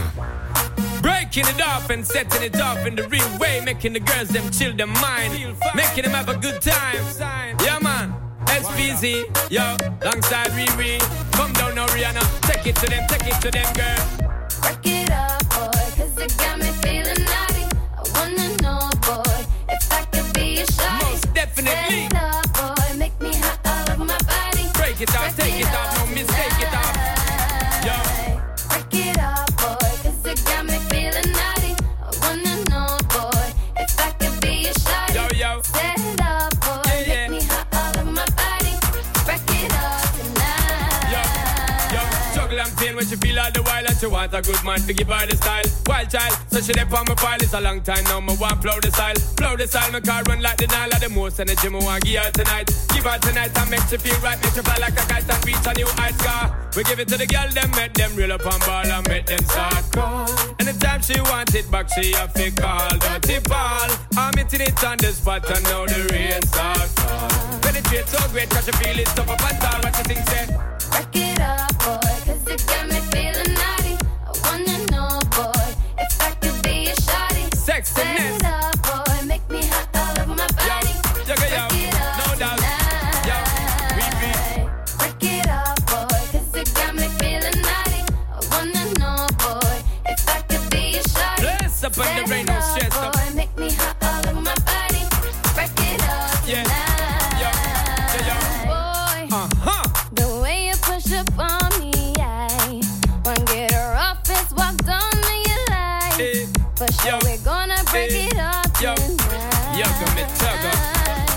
Breaking it off and setting it off in the real way, making the girls them chill their mind, making them have a good time. Yeah man, SPZ, yo, alongside Riri. Come down now Rihanna, take it to them girl. Break it up, boy, 'cause it got me feeling naughty. I wanna know, boy, if I could be a shawty. Most definitely. Set it up, boy, make me hot all over my body. Break it off, take it off, no mistake it off. Yo. Break it up, boy, 'cause it got me feeling naughty. I wanna know, boy, if I could be a shawty. Yo. Set it up, boy, Yeah. make me hot all over my body. Break it up tonight. Yo, juggle and pain when she feel all the while and she want a good man to give her the style. Wild child, so she dey on my pile. It's a long time now, me want blow the style. Blow the style, my car run like the Nile. The most energy me want give her tonight. Give her tonight and make she feel right. Make she fly like a kite and reach a new height scar. We give it to the girl, them make them reel up on ball and make them start call. Anytime she want it back, she a fake call. Dirty ball, I'm hitting it on the spot and now the rain start fall. Penetrate so great, cause she feel it tough up and tall. What you think, say? Break it up, boy, 'cause it got me feeling naughty. I wanna know, boy, if I could be a shawty. Sexiness. Set it up, boy, make me hot all over my body. Yo, Break it up no doubt. tonight. Yo, repeat. Break it up, boy, 'cause it got me feeling naughty. I wanna know, boy, if I could be a shawty. Bless up on the Set rain, it no up, stress up. boy, make me hot all over my body. Break it up Yeah. tonight. Yo. Boy, Uh-huh. the way you push up on me, I wanna get rough as walked on to your life. For sure, Yo. we're gonna break it up Yo. tonight. Yo, come and tug up.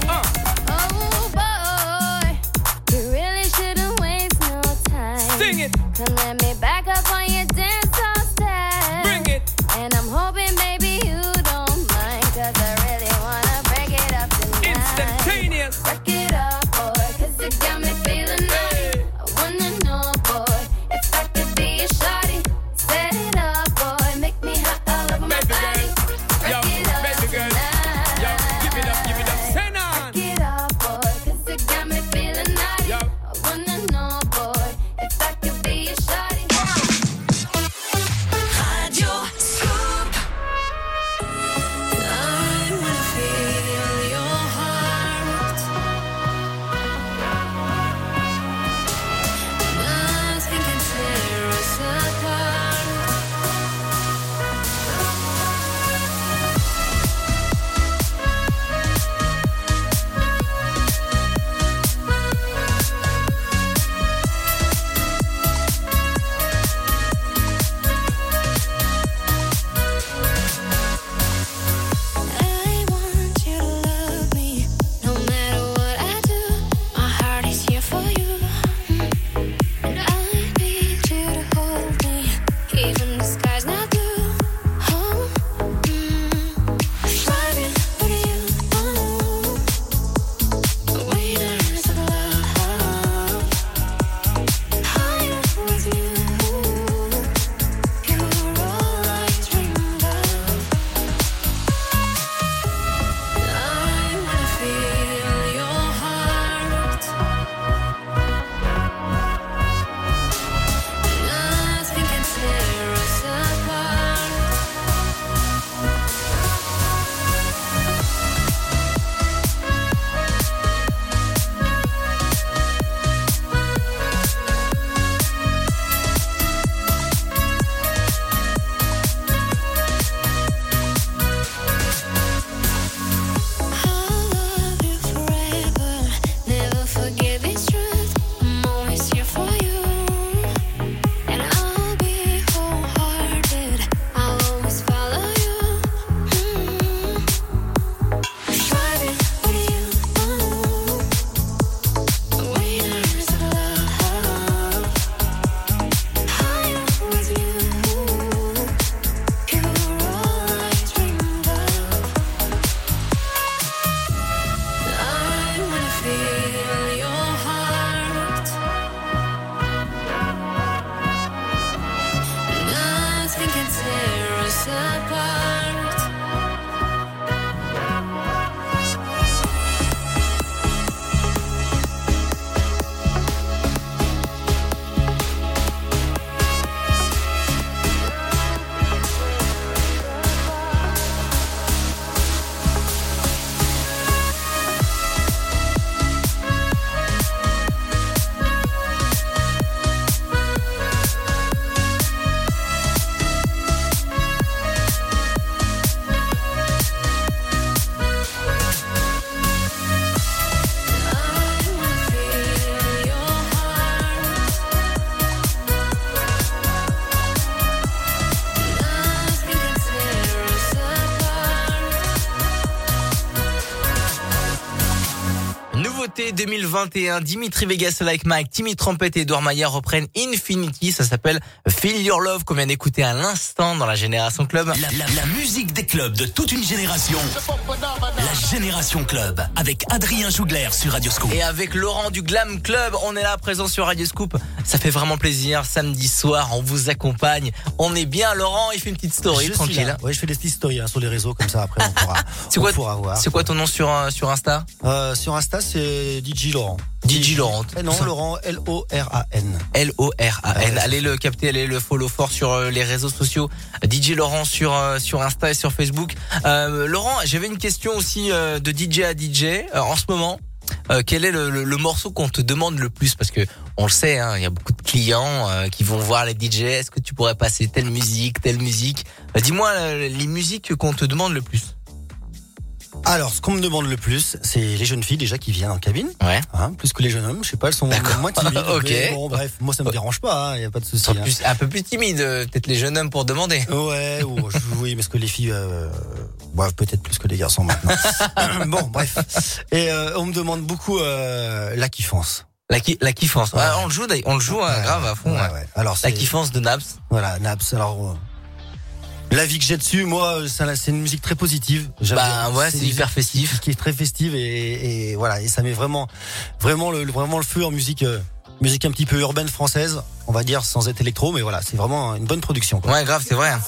Oh boy, you really shouldn't waste no time. Sing it. Come let me back up on your dance all step. Bring it. And I'm hoping maybe you don't mind, 'cause I really wanna break it up tonight. Instantaneous. Break it up. Nouveauté 2021, Dimitri Vegas, Like Mike, Timmy Trumpet et Edouard Maillard reprennent Infinity. Ça s'appelle Feel Your Love qu'on vient d'écouter à l'instant dans la Génération Club. La musique des clubs de toute une génération. La Génération Club avec Adrien Jougler sur Radio Scoop. Et avec Laurent du Glam Club, on est là présent sur Radio Scoop. Ça fait vraiment plaisir. Samedi soir, on vous accompagne. On est bien. Laurent, il fait une petite story tranquille. Oui, je fais des petites stories sur les réseaux comme ça. Après, on pourra voir. C'est quoi ton nom sur Insta? Sur Insta, c'est DJ Laurent. DJ Laurent. Non, Laurent, L-O-R-A-N. L-O-R-A-N. Allez le capter, allez le follow fort sur les réseaux sociaux. DJ Laurent sur Insta et sur Facebook. Laurent, j'avais une question aussi de DJ à DJ. En ce moment, quel est le morceau qu'on te demande le plus? Parce que on le sait, il y a beaucoup de clients qui vont voir les DJ. Est-ce que tu pourrais passer telle musique? Dis-moi les musiques qu'on te demande le plus. Alors, ce qu'on me demande le plus, c'est les jeunes filles déjà qui viennent en cabine. Ouais. Plus que les jeunes hommes, je sais pas, elles sont moins timides. Ok. Mais bon, bref, moi ça me dérange pas, y a pas de souci. Un peu plus timide, peut-être les jeunes hommes pour demander. Ouais, oui, parce que les filles boivent peut-être plus que les garçons maintenant. Bon, bref. Et on me demande beaucoup la kiffance. La kiffance. Ouais. On le joue grave à fond. Ouais. Alors, la kiffance de Naps. Voilà, Naps. Alors. La vie que j'ai dessus, moi, c'est une musique très positive. C'est hyper festif. Qui est très festive et voilà, et ça met vraiment le feu en musique un petit peu urbaine française, on va dire, sans être électro, mais voilà, c'est vraiment une bonne production, quoi. Ouais, grave, c'est vrai.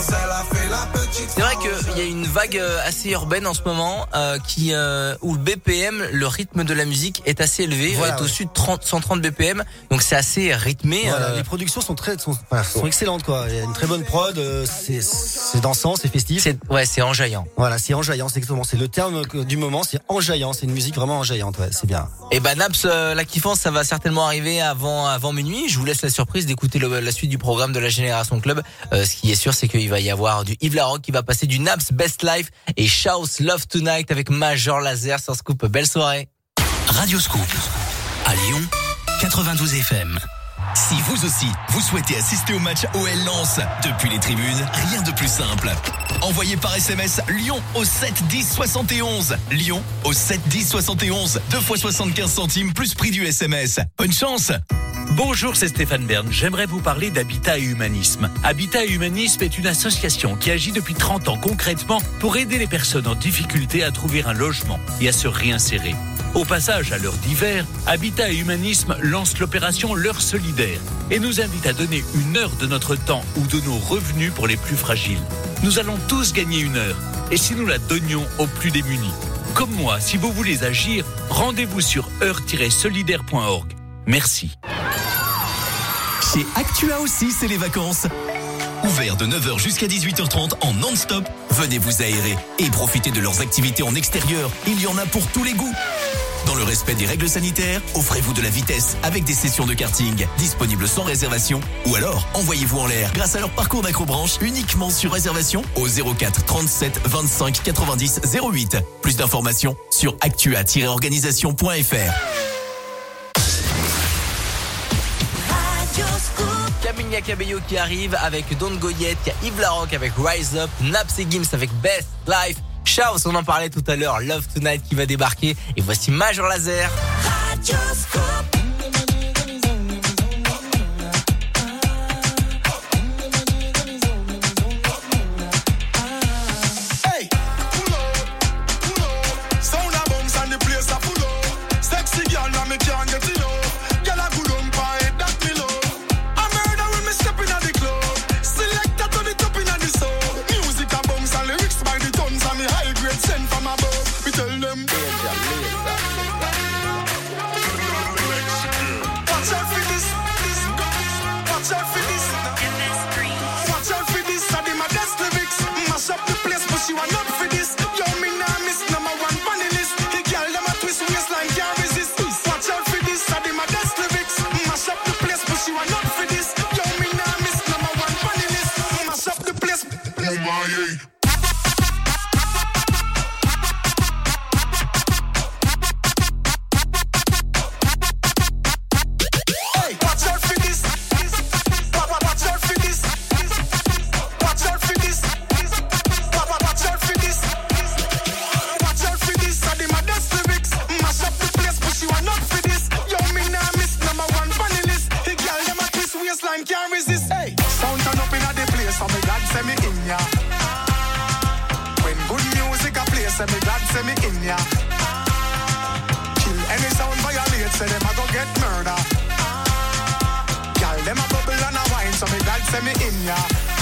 C'est vrai qu'il y a une vague assez urbaine en ce moment, où le BPM, le rythme de la musique est assez élevé, est au-dessus de 130 BPM, donc c'est assez rythmé. Voilà, les productions sont excellentes, quoi. Il y a une très bonne prod, c'est dansant, c'est festif. C'est enjaillant. Voilà, c'est enjaillant, c'est exactement, c'est le terme du moment, c'est enjaillant, c'est une musique vraiment enjaillante, ouais, c'est bien. Et Naps, la kiffance, ça va certainement arriver avant minuit. Je vous laisse la surprise d'écouter la suite du programme de la Génération Club. Ce qui est sûr, c'est qu'il va y avoir du Yves Larocque qui va passer du Naps Best Life et Shouse Love Tonight avec Major Lazer sur Scoop. Belle soirée. Radio Scoop à Lyon 92 FM. Si vous aussi, vous souhaitez assister au match OL Lens depuis les tribunes, rien de plus simple. Envoyez par SMS Lyon au 7 10 71. Lyon au 7 10 71. 2 fois 75 centimes plus prix du SMS. Bonne chance. Bonjour, c'est Stéphane Bern. J'aimerais vous parler d'Habitat et Humanisme. Habitat et Humanisme est une association qui agit depuis 30 ans concrètement pour aider les personnes en difficulté à trouver un logement et à se réinsérer. Au passage, à l'heure d'hiver, Habitat et Humanisme lance l'opération L'heure solidaire et nous invite à donner une heure de notre temps ou de nos revenus pour les plus fragiles. Nous allons tous gagner une heure. Et si nous la donnions aux plus démunis? Comme moi, si vous voulez agir, rendez-vous sur heure-solidaire.org. Merci. Chez Actua aussi, c'est les vacances. Ouvert de 9h jusqu'à 18h30 en non-stop, venez vous aérer et profitez de leurs activités en extérieur. Il y en a pour tous les goûts. Dans le respect des règles sanitaires, offrez-vous de la vitesse avec des sessions de karting disponibles sans réservation ou alors envoyez-vous en l'air grâce à leur parcours d'acrobranche uniquement sur réservation au 04 37 25 90 08. Plus d'informations sur actua-organisation.fr. Camilla Cabello qui arrive avec Don Goyette, il y a Yves Larocque avec Rise Up, Naps et Gims avec Best Life, Shouse, on en parlait tout à l'heure, Love Tonight qui va débarquer, et voici Major Lazer. Send from above, we tell them danger, laser. say me in ya. When good music a play, say me glad say me in ya. Kill any sound violate, say them a go get murder. Girl, them a bubble and a wine, so me glad say me in ya.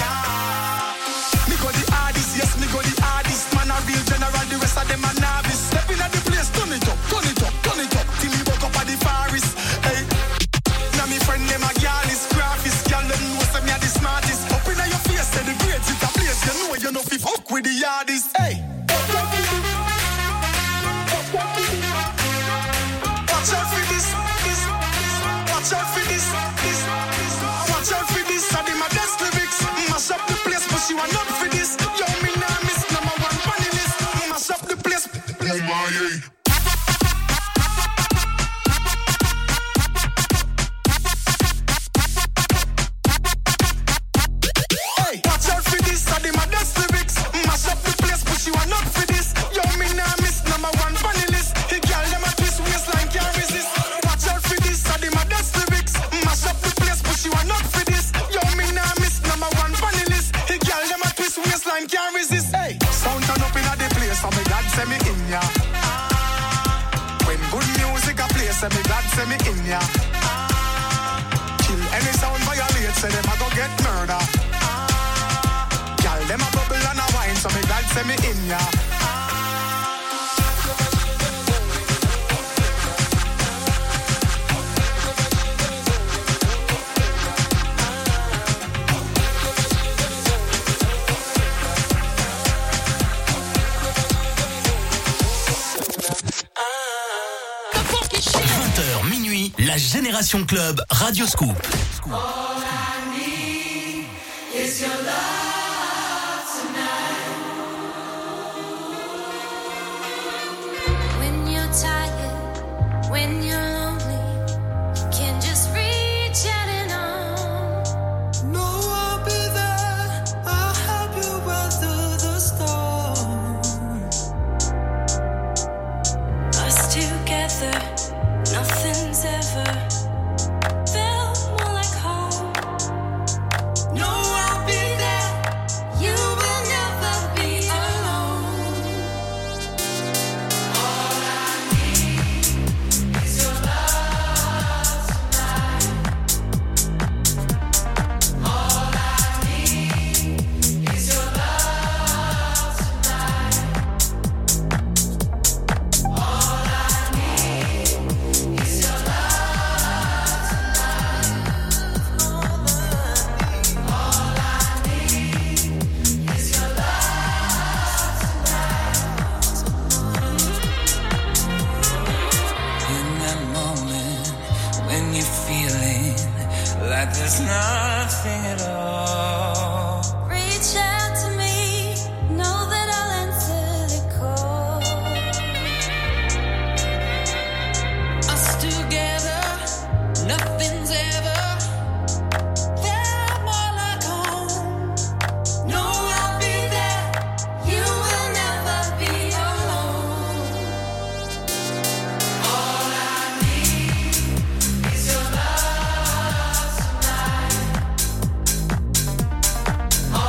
Me go the hardest, yes, me go the hardest. Man a real general, the rest of them a novice. Step in at the place, turn it up, turn it up, turn it up. Till me woke up at the forest. Hey, now me friend them a girl is graphist. Girl, them know say me a the smartest. Up in your face, say the grades it a place. You know fi fuck with the hardest. Hey. Watch out for this. Watch out for this. Watch out for this. I did my best lyrics. Mash up the place, but you are not for this. Yo, me nah miss number one funny list. Mash up the place. Oh my. Hey, watch out for this. I did my best lyrics. Mash up the place, but you are not for this. Yo, me nah miss number one funny list. He girl them a twist waistline can't resist. Watch out for this. I did my best lyrics. Mash up the place, but you are not for this. Yo, me nah miss number one funny list. He girl them a twist waistline can't resist. Hey, sound turn up in a the place, so me glad say me in ya. When good music a play, say me glad say me in ya. Kill any sound violate, say them a go get murder. Girl, them a bubble and a wine, so me glad say me in ya. Minuit, la Génération Club Radio Scoop. All I need is your love tonight. When you're tired, when you're lonely, you can just reach out and on. No, I'll be there. I'll help you weather the storm. Us together, nothing's ever felt more like home. No, I'll be there. You will never be alone. All I need is your love tonight. All I need is your love tonight. All I need is your love tonight. All I need is your In that moment when you're feeling like there's nothing at all. Reach out to me, know that I'll answer the call. us together. Nothing's ever felt more like home. No, I'll be there. You will never be alone. All I need is your love tonight.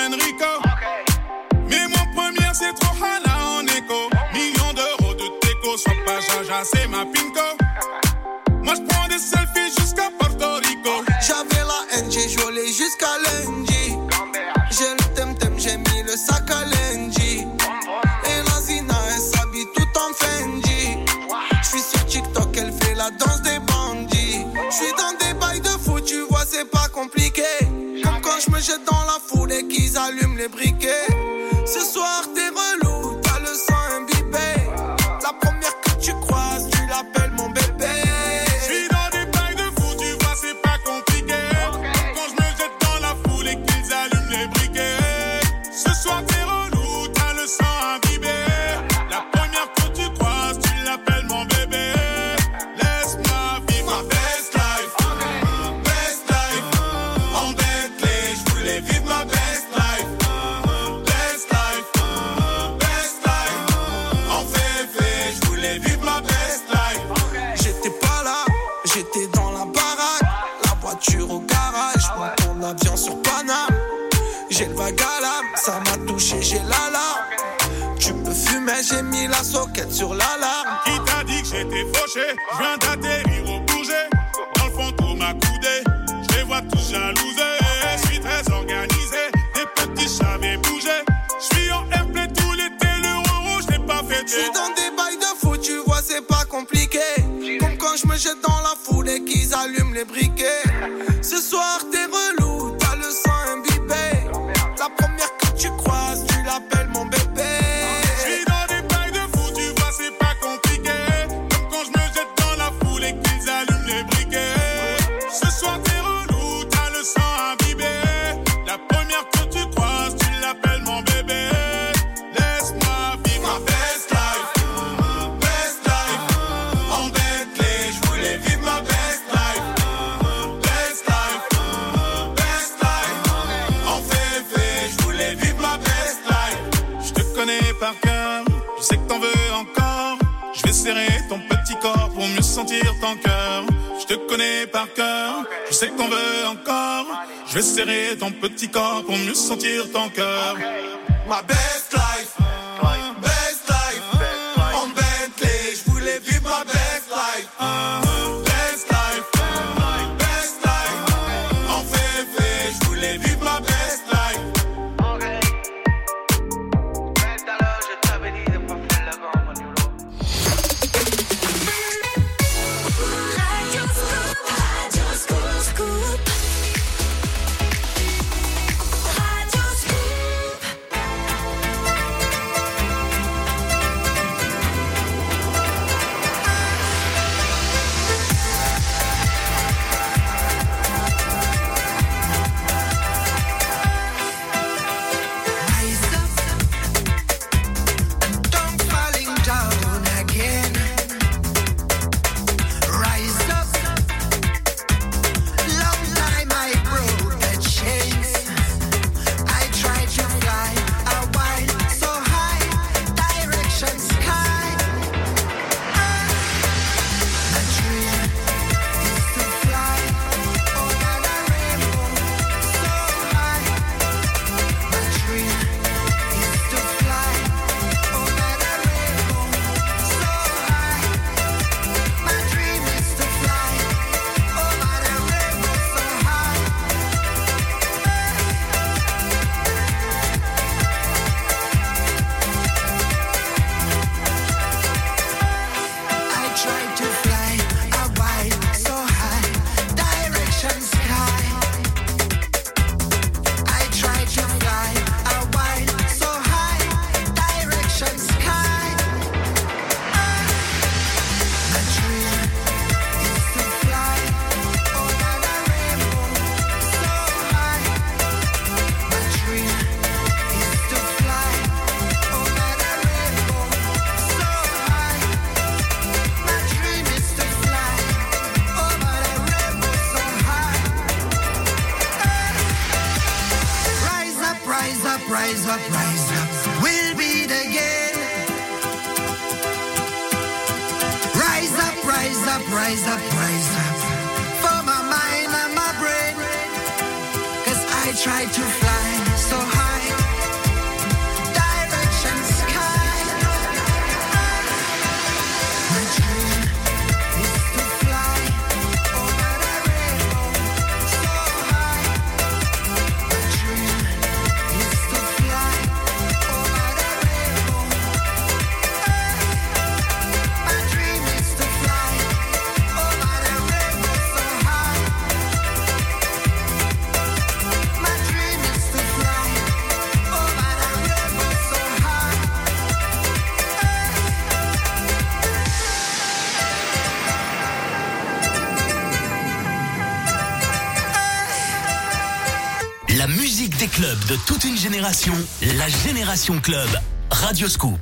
Enrico. Mais mon premier c'est trop hala en écho. Millions d'euros de déco, sois pas Jaja, c'est ma pinko. Moi j'prends des selfies jusqu'à Porto Rico. J'avais la haine, j'ai joué jusqu'à lundi. J'ai le tem-tem, j'ai mis le sac à lundi. Et la Zina, elle s'habille tout en Fendi. J'suis sur TikTok, elle fait la danse des bandits. J'suis dans des bails de fou, tu vois, c'est pas compliqué. Comme quand j'me jette dans la foule et qu'ils allument les briquets. Ce soir, t'es relou, t'as le sang imbibé. La première que tu croises, tu l'appelles mon bébé. J'suis dans des bails de fou, tu vois, c'est pas compliqué. Quand j'me jette dans la foule et qu'ils allument les briquets. Ce soir, t'es relou, t'as le sang imbibé. La première que tu croises, tu l'appelles mon bébé. Laisse-moi vivre ma best life. Best life. En Bentley, j'voulais vivre ma best life. Best life. Best life. En féfé, j'voulais vivre ma best life. J'étais pas là, j'étais dans la baraque. La voiture au garage, prends ton avion sur Paname. J'ai le vague à l'âme, ça m'a touché, j'ai l'alarme. Tu peux fumer, j'ai mis la soquette sur l'alarme. Qui t'a dit que j'étais fauché? J'viens d'atterrir au Bourget. Dans le fond, tout m'a coudé. J'les vois tous jalousés. J'suis très organisé. Des petits j'avais bougé. J'suis en airplay tout l'été. L'euro rouge, j'l'ai pas fêté. J'suis dans des bails de fou, tu vois, c'est pas compliqué. Comme quand j'me jette dans la foule et qu'ils allument les briquets. Ce soir, t'es relou, t'as le sang imbibé. La première que tu croises, tu l'appelles mon bébé. J'suis dans des bails de fou, tu vois, c'est pas compliqué. Comme quand j'me jette dans la foule et qu'ils allument les briquets. Ce soir, t'es relou, t'as le sang imbibé. La première que tu croises, tu l'appelles mon bébé. Laisse-moi vivre ma best life. Best life. En Bentley, j'voulais vivre ma best life. Best life. Best life. En féfé, j'voulais vivre ma best life. J'te connais par cœur, je sais que t'en veux encore. J'vais serrer ton petit corps pour mieux sentir ton cœur. J'te connais par cœur, je sais que t'en veux encore. J'vais serrer ton petit corps pour mieux sentir ton cœur. Ma best life. Best life. En Bentley, j'voulais vivre ma best life. Best life. Best life. En féfé, j'voulais vivre ma best life. rise up, we'll beat again. Rise up, rise up, rise up, rise up. For my mind and my brain. 'Cause I try to fly so high. Côté club de toute une génération, la Génération Club. Radio Scoop.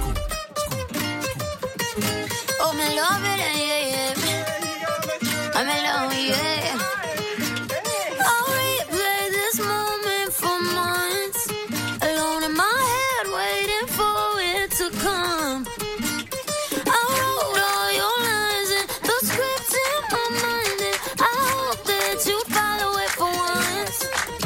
Oh, me love it, yeah, yeah. I'm in love, yeah. I'll replay this moment for months. Alone in my head, waiting for it to come. I wrote all your lines and the script in my mind, and I hope that you follow it for once.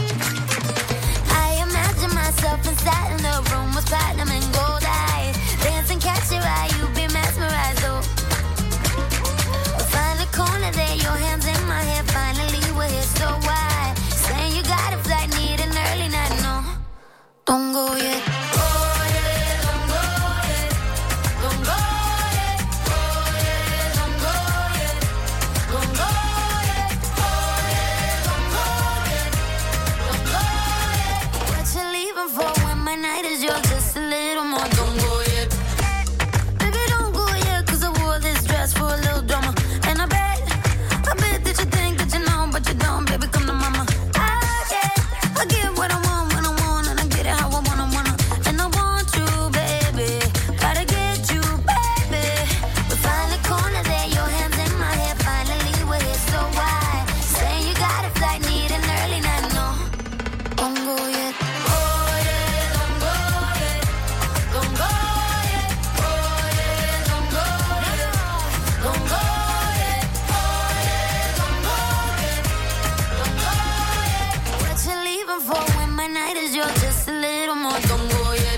I imagine myself inside in the room with platinum and gold eyes. Dance and catch your eye, you be mesmerized, oh. Find a corner there, your hands in my hair. Finally we're here, so why? Saying you got a flight, need an early night, no. Don't go yet. Oh yeah, don't go yet. Don't go yet. Oh yeah, don't go yet. Don't go yet. Oh yeah, don't go yet. Don't go yet. What you leaving for when my night is yours? Just a little more. Don't go yet. Baby, don't go yet, 'cause I wore this dress for a little drama. And I bet that you think that you know, but you don't, baby, come to mama. I get what I want when I want, and I get it how I wanna. And I want you, baby, gotta get you, baby. We find the corner there, your hands in my hair. Finally we're here, so why? Saying you got a flight, need an early night, no. Don't go yet. Oh yeah, don't go yet. Don't go yet. Oh yeah, don't go yet. Don't go yet. Oh yeah, don't go yet. Don't go yet. What you leaving for when my night is yours? Just a little more. Don't go yet.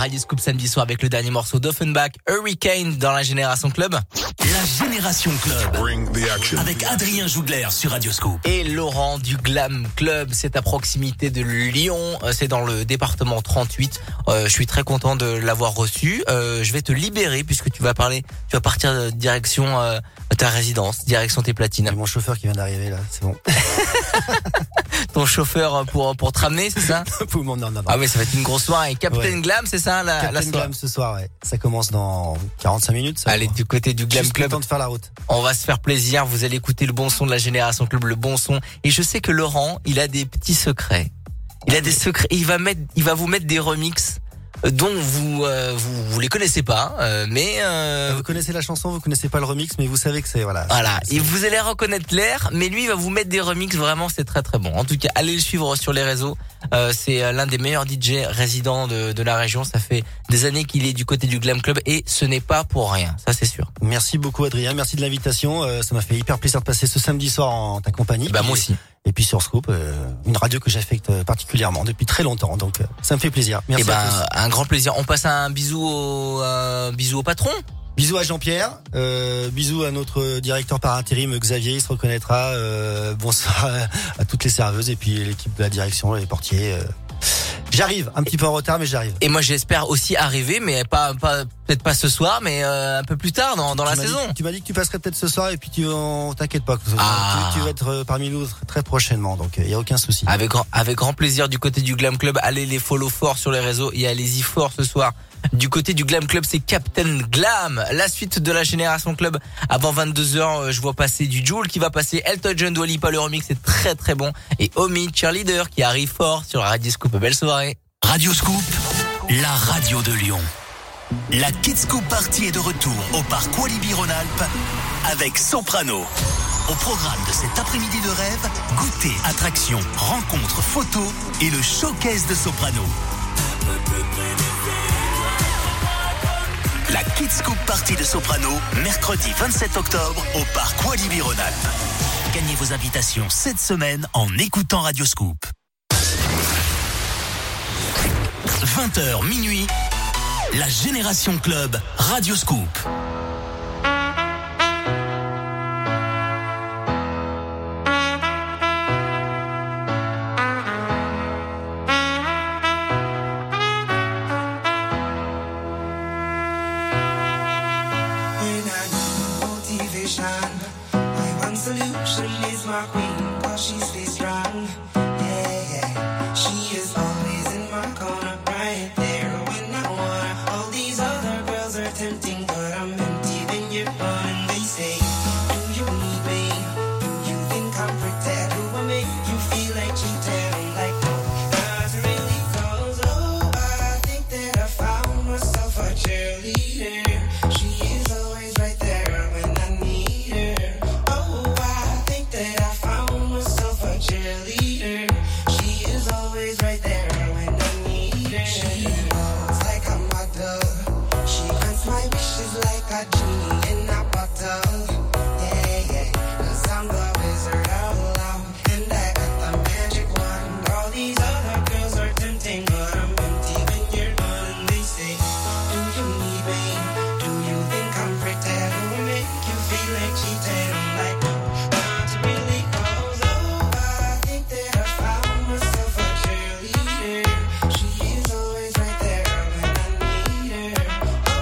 Radio Scoop samedi soir avec le dernier morceau d'Offenbach, Hurricane dans la Génération Club. La Génération Club. Avec Adrien Jougler sur Radio Scoop. Et Laurent du Glam Club, c'est à proximité de Lyon, c'est dans le département 38. Je suis très content de l'avoir reçu. Je vais te libérer puisque tu vas partir direction ta résidence, direction tes platines. C'est mon chauffeur qui vient d'arriver là, c'est bon. Ton chauffeur pour te ramener, c'est ça? Non. Ah oui, ça va être une grosse soirée. Captain Glam, c'est ça la Captain Glam ce soir, ouais. Ça commence dans 45 minutes. Ça, allez, du côté du Glam Club. Content de faire la route. On va se faire plaisir. Vous allez écouter le bon son de la Génération Club, le bon son. Et je sais que Laurent, il a des petits secrets. Il a des secrets. Il va vous mettre des remixes dont vous les connaissez pas, mais vous connaissez la chanson, vous connaissez pas le remix, mais vous savez que c'est voilà. Et vous allez reconnaître l'air, mais lui il va vous mettre des remixes, vraiment c'est très très bon. En tout cas, allez le suivre sur les réseaux. C'est l'un des meilleurs DJ résidents de la région. Ça fait des années qu'il est du côté du Glam Club et ce n'est pas pour rien, ça c'est sûr. Merci beaucoup Adrien, merci de l'invitation. Ça m'a fait hyper plaisir de passer ce samedi soir en ta compagnie. Moi aussi. Et puis sur Scoop, une radio que j'affecte particulièrement depuis très longtemps, donc ça me fait plaisir. Merci à tous. Un grand plaisir. On passe un bisou au patron. Bisous à Jean-Pierre, bisous à notre directeur par intérim Xavier, il se reconnaîtra. Bonsoir à toutes les serveuses et puis l'équipe de la direction, les portiers. J'arrive, un petit peu en retard, mais j'arrive. Et moi, j'espère aussi arriver, mais peut-être pas ce soir, mais un peu plus tard dans la saison. Tu m'as dit que tu passerais peut-être ce soir, et puis t'inquiète pas, tu vas être parmi nous très prochainement, donc il y a aucun souci. Avec grand plaisir du côté du Glam Club, allez les follow fort sur les réseaux et allez-y fort ce soir. Du côté du Glam Club, c'est Captain Glam. La suite de la Génération Club avant 22h, je vois passer du Jul qui va passer Elton John, Dua Lipa, le remix c'est très très bon, et Omi Cheerleader qui arrive fort sur la Radio Scoop. Belle soirée. Radio Scoop, la radio de Lyon. La Kids Scoop Party est de retour au parc Walibi Rhône-Alpes avec Soprano. Au programme de cet après-midi de rêve, goûter, attractions, rencontres, photos et le showcase de Soprano. La Kids Scoop Party de Soprano, mercredi 27 octobre au parc Walibi Rhône-Alpes. Gagnez vos invitations cette semaine en écoutant Radio Scoop. 20h minuit, la Génération Club Radio Scoop.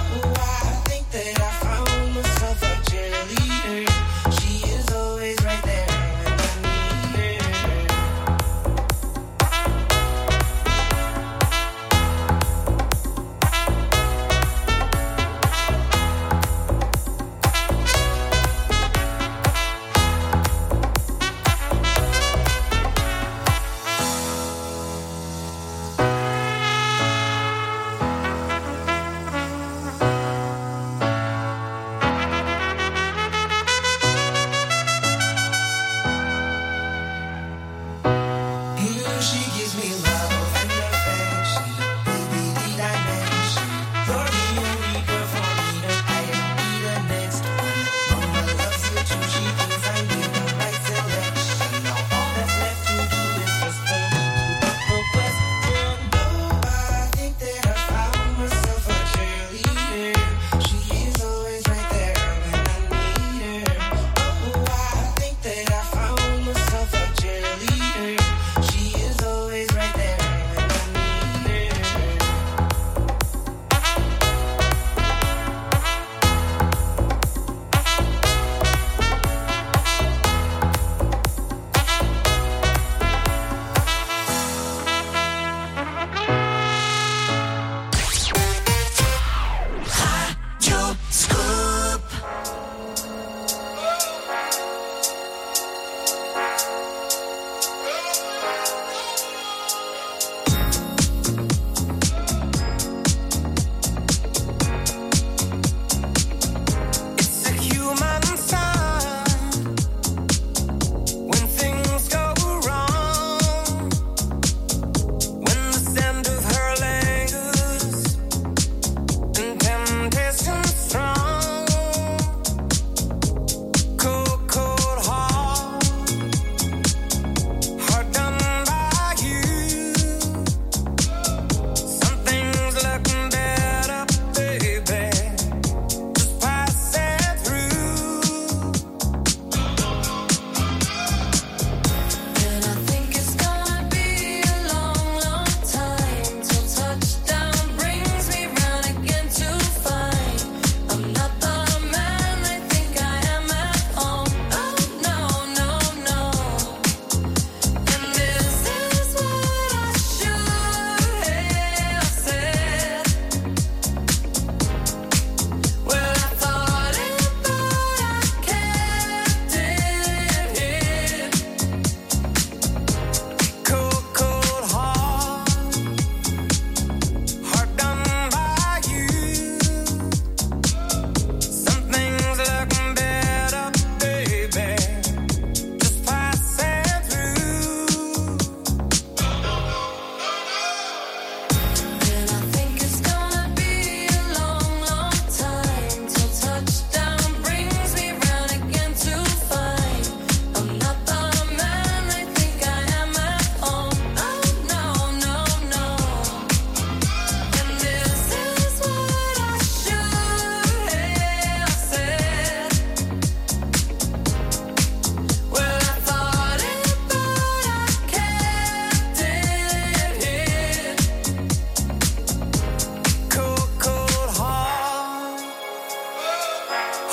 Right there.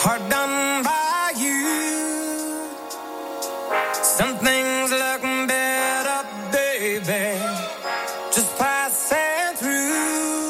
hard done by you. Some things look better, baby, just passing through.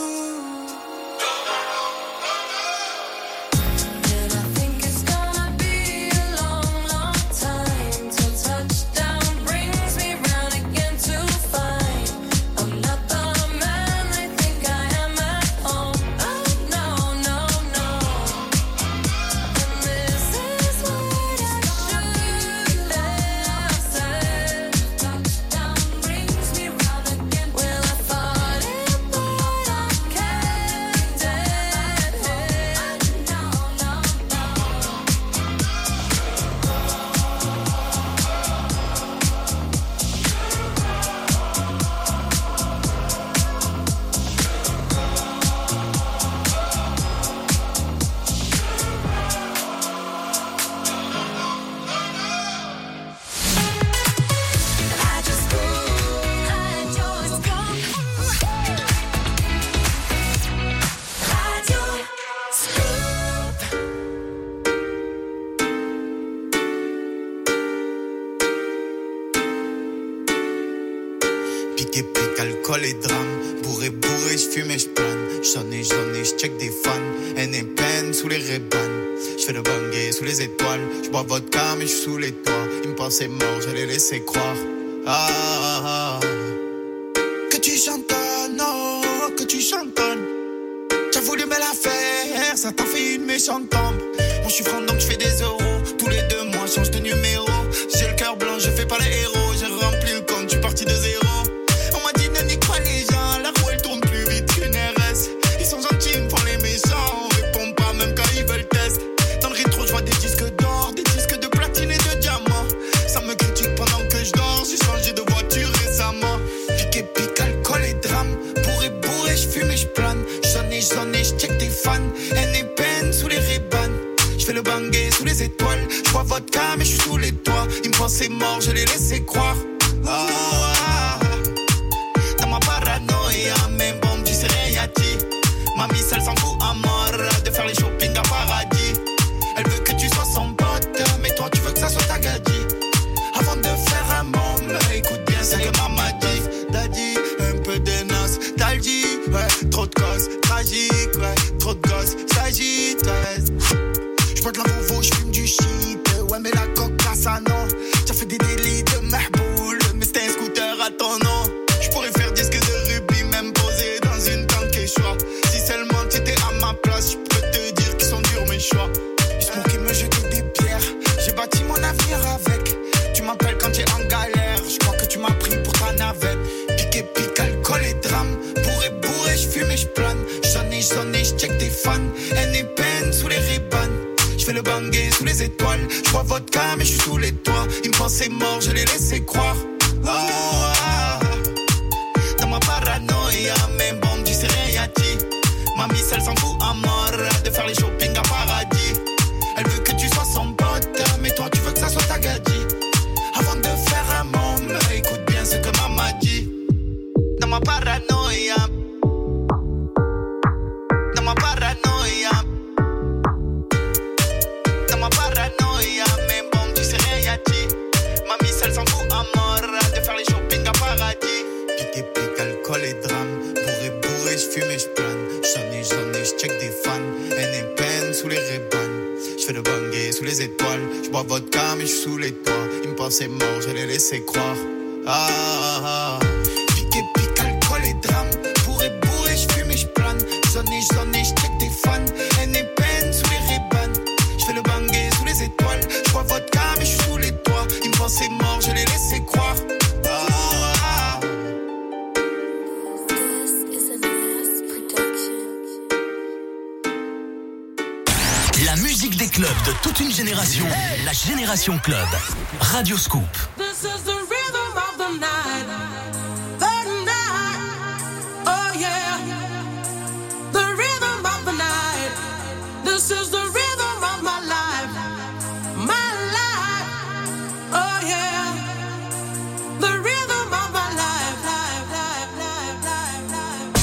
And I think it's gonna be a long, long time till touchdown brings me round again to find I'm not the man I think I am at home. Oh no, no, no. And this is what I should have said. Touchdown brings me round again. Well, I thought it, but I can't dead head. No, no, no. I just go, Piqué, pique, alcool et drame. Bourré, bourré, j'fume et j'plane. J'en ai, j'check des fans. Haine et peine sous les rébanes. J'fais le bangé sous les étoiles. J'bois vodka mais j'suis sous les toits. Ils me pensaient mort, je les laissais croire. Ah, ah, ah. Que tu chantonnes, oh, que tu chantonnes. T'as voulu me la faire, ça t'a fait une méchante tombe. Moi j'suis franc donc j'fais des euros. Tous les 2 mois, change de numéro. J'ai le cœur blanc, je fais pas les héros. J'ai rempli le compte, j'suis parti de zéro. On m'a dit ne nique pas les gens, la roue elle tourne plus vite qu'une RS. Ils sont gentils, ils me font les méchants. On répond pas même quand ils veulent test. Dans le rétro, j'vois des disques d'or, des disques de platine et de diamant. Ça me critique pendant que je dors, j'ai changé de voiture récemment. Piqué, pique, alcool et drame. Bourré, bourré, j'fume et j'plane. J'en ai, j'check des fans. Haine et peine sous les rébanes. J'fais le bangé sous les étoiles. J'bois vodka mais j'suis sous les toits. Ils me pensaient mort, je les laissais croire. Ah, ah, ah. Dans ma paranoïa, même bon, tu sais rien y'a dit. Mamie, elle s'en fout à mort de faire les shopping à paradis. Elle veut que tu sois son pote, mais toi tu veux que ça soit ta gadie. Avant de faire un môme, écoute bien ce que maman dit. Daddy, un peu de nostalgie, ouais, trop de causes tragiques, ouais, trop de gosses s'agitent, ouais. J'bois de la Vovo, j'fume du shit, ouais mais la coca ça non. J'ai fait des délits de mahboul, mais c'était un scooter à ton nom. J'pourrais faire disque de rubis, même posé dans une tente quechua. Si seulement t'étais à ma place, j'peux te dire qu'ils sont durs mes choix. Juste pour qu'ils me jettent des pierres, j'ai bâti mon avenir avec. Tu m'appelles quand t'es en galère, j'crois que tu m'as pris pour ta navette. Piqué, pique, alcool et drame. Bourré, bourré, j'fume et j'plane. J'en ai, j'check des fans. Haine et peine sous les rébanes. J'fais le bangé sous les étoiles. J'bois vodka mais j'suis sous les toits. Ils me pensaient mort, je les laissais croire. Oh, ah, dans ma paranoïa, même bon, tu sais rien y'a dit. Mamie, elle s'en fout à mort de faire les shopping à paradis. Elle veut que tu sois son pote, mais toi tu veux que ça soit ta gadie. Avant de faire un môme, écoute bien ce que maman dit. Dans ma paranoïa, dans ma paranoïa, dans ma paranoïa, mais bon, tu sais rien y'a dit. Mamie, elle s'en fout à mort de faire les shopping à paradis. Piqué, pique, alcool et drame. Bourré, bourré, j'fume et j'plane. J'en ai, j'check des fans. Haine et peine sous les rébanes. J'fais le bangé sous les étoiles. J'bois vodka mais j'suis sous les toits. Ils me pensaient mort, je les laissais croire. Ah, ah, ah. Piqué, pique, alcool et drame. Bourré, bourré, j'fume et j'plane. J'en ai, j'check des fans. Haine et peine sous les rébanes. J'fais le bangé sous les étoiles. J'bois vodka mais j'suis sous les toits. Ils me pensaient mort, je les laissais croire. Ah, ah, ah. La musique des clubs de toute une génération, la Génération Club. Radio Scoop. This is the rhythm of the night. The night. Oh yeah. The rhythm of the night. This is the rhythm of my life. My life. Oh yeah. The rhythm of my life. Life, life, life, life, life.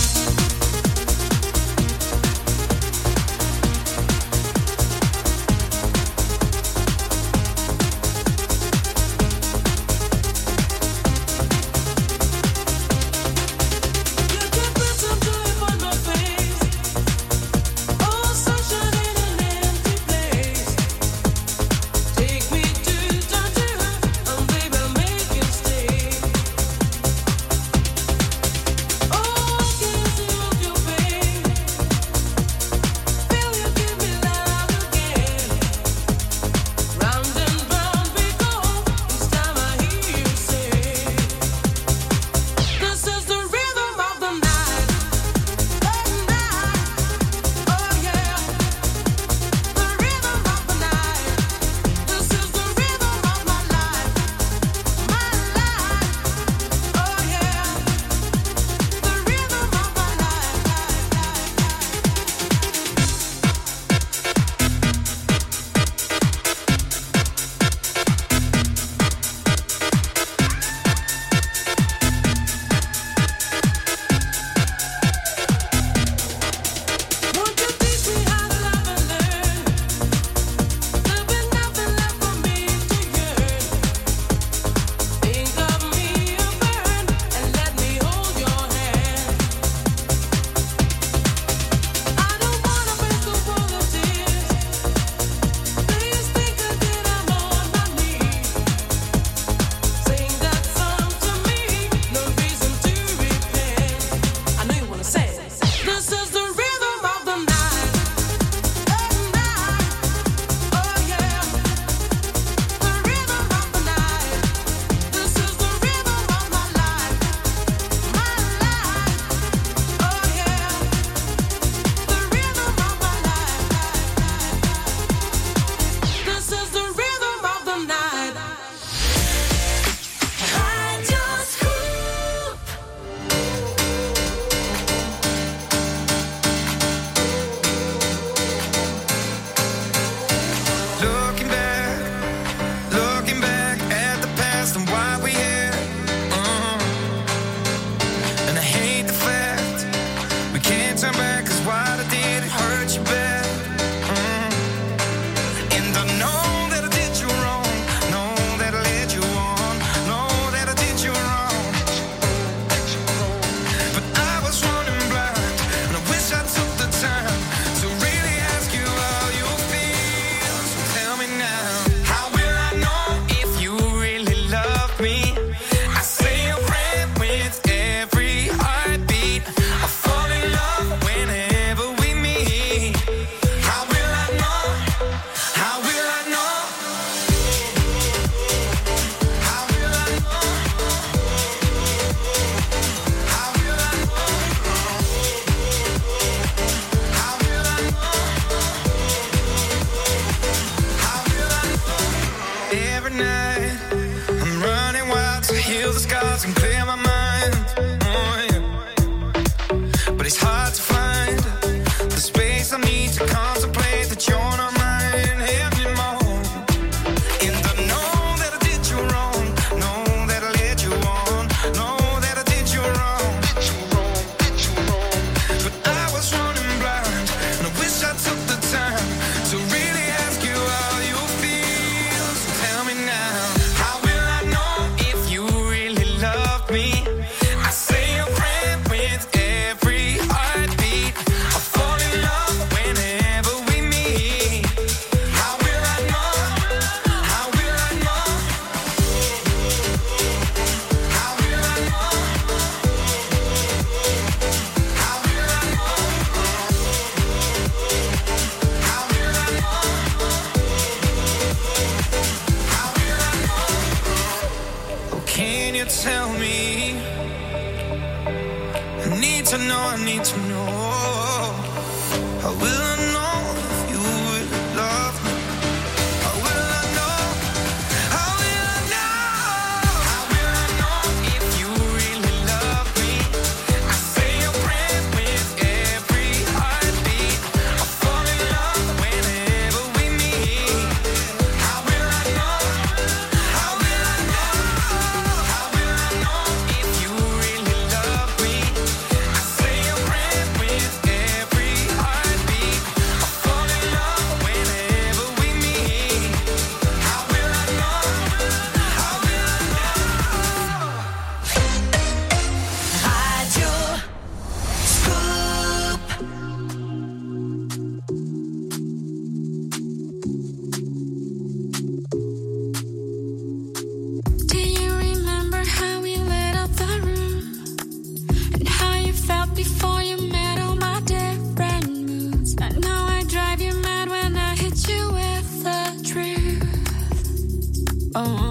Oh.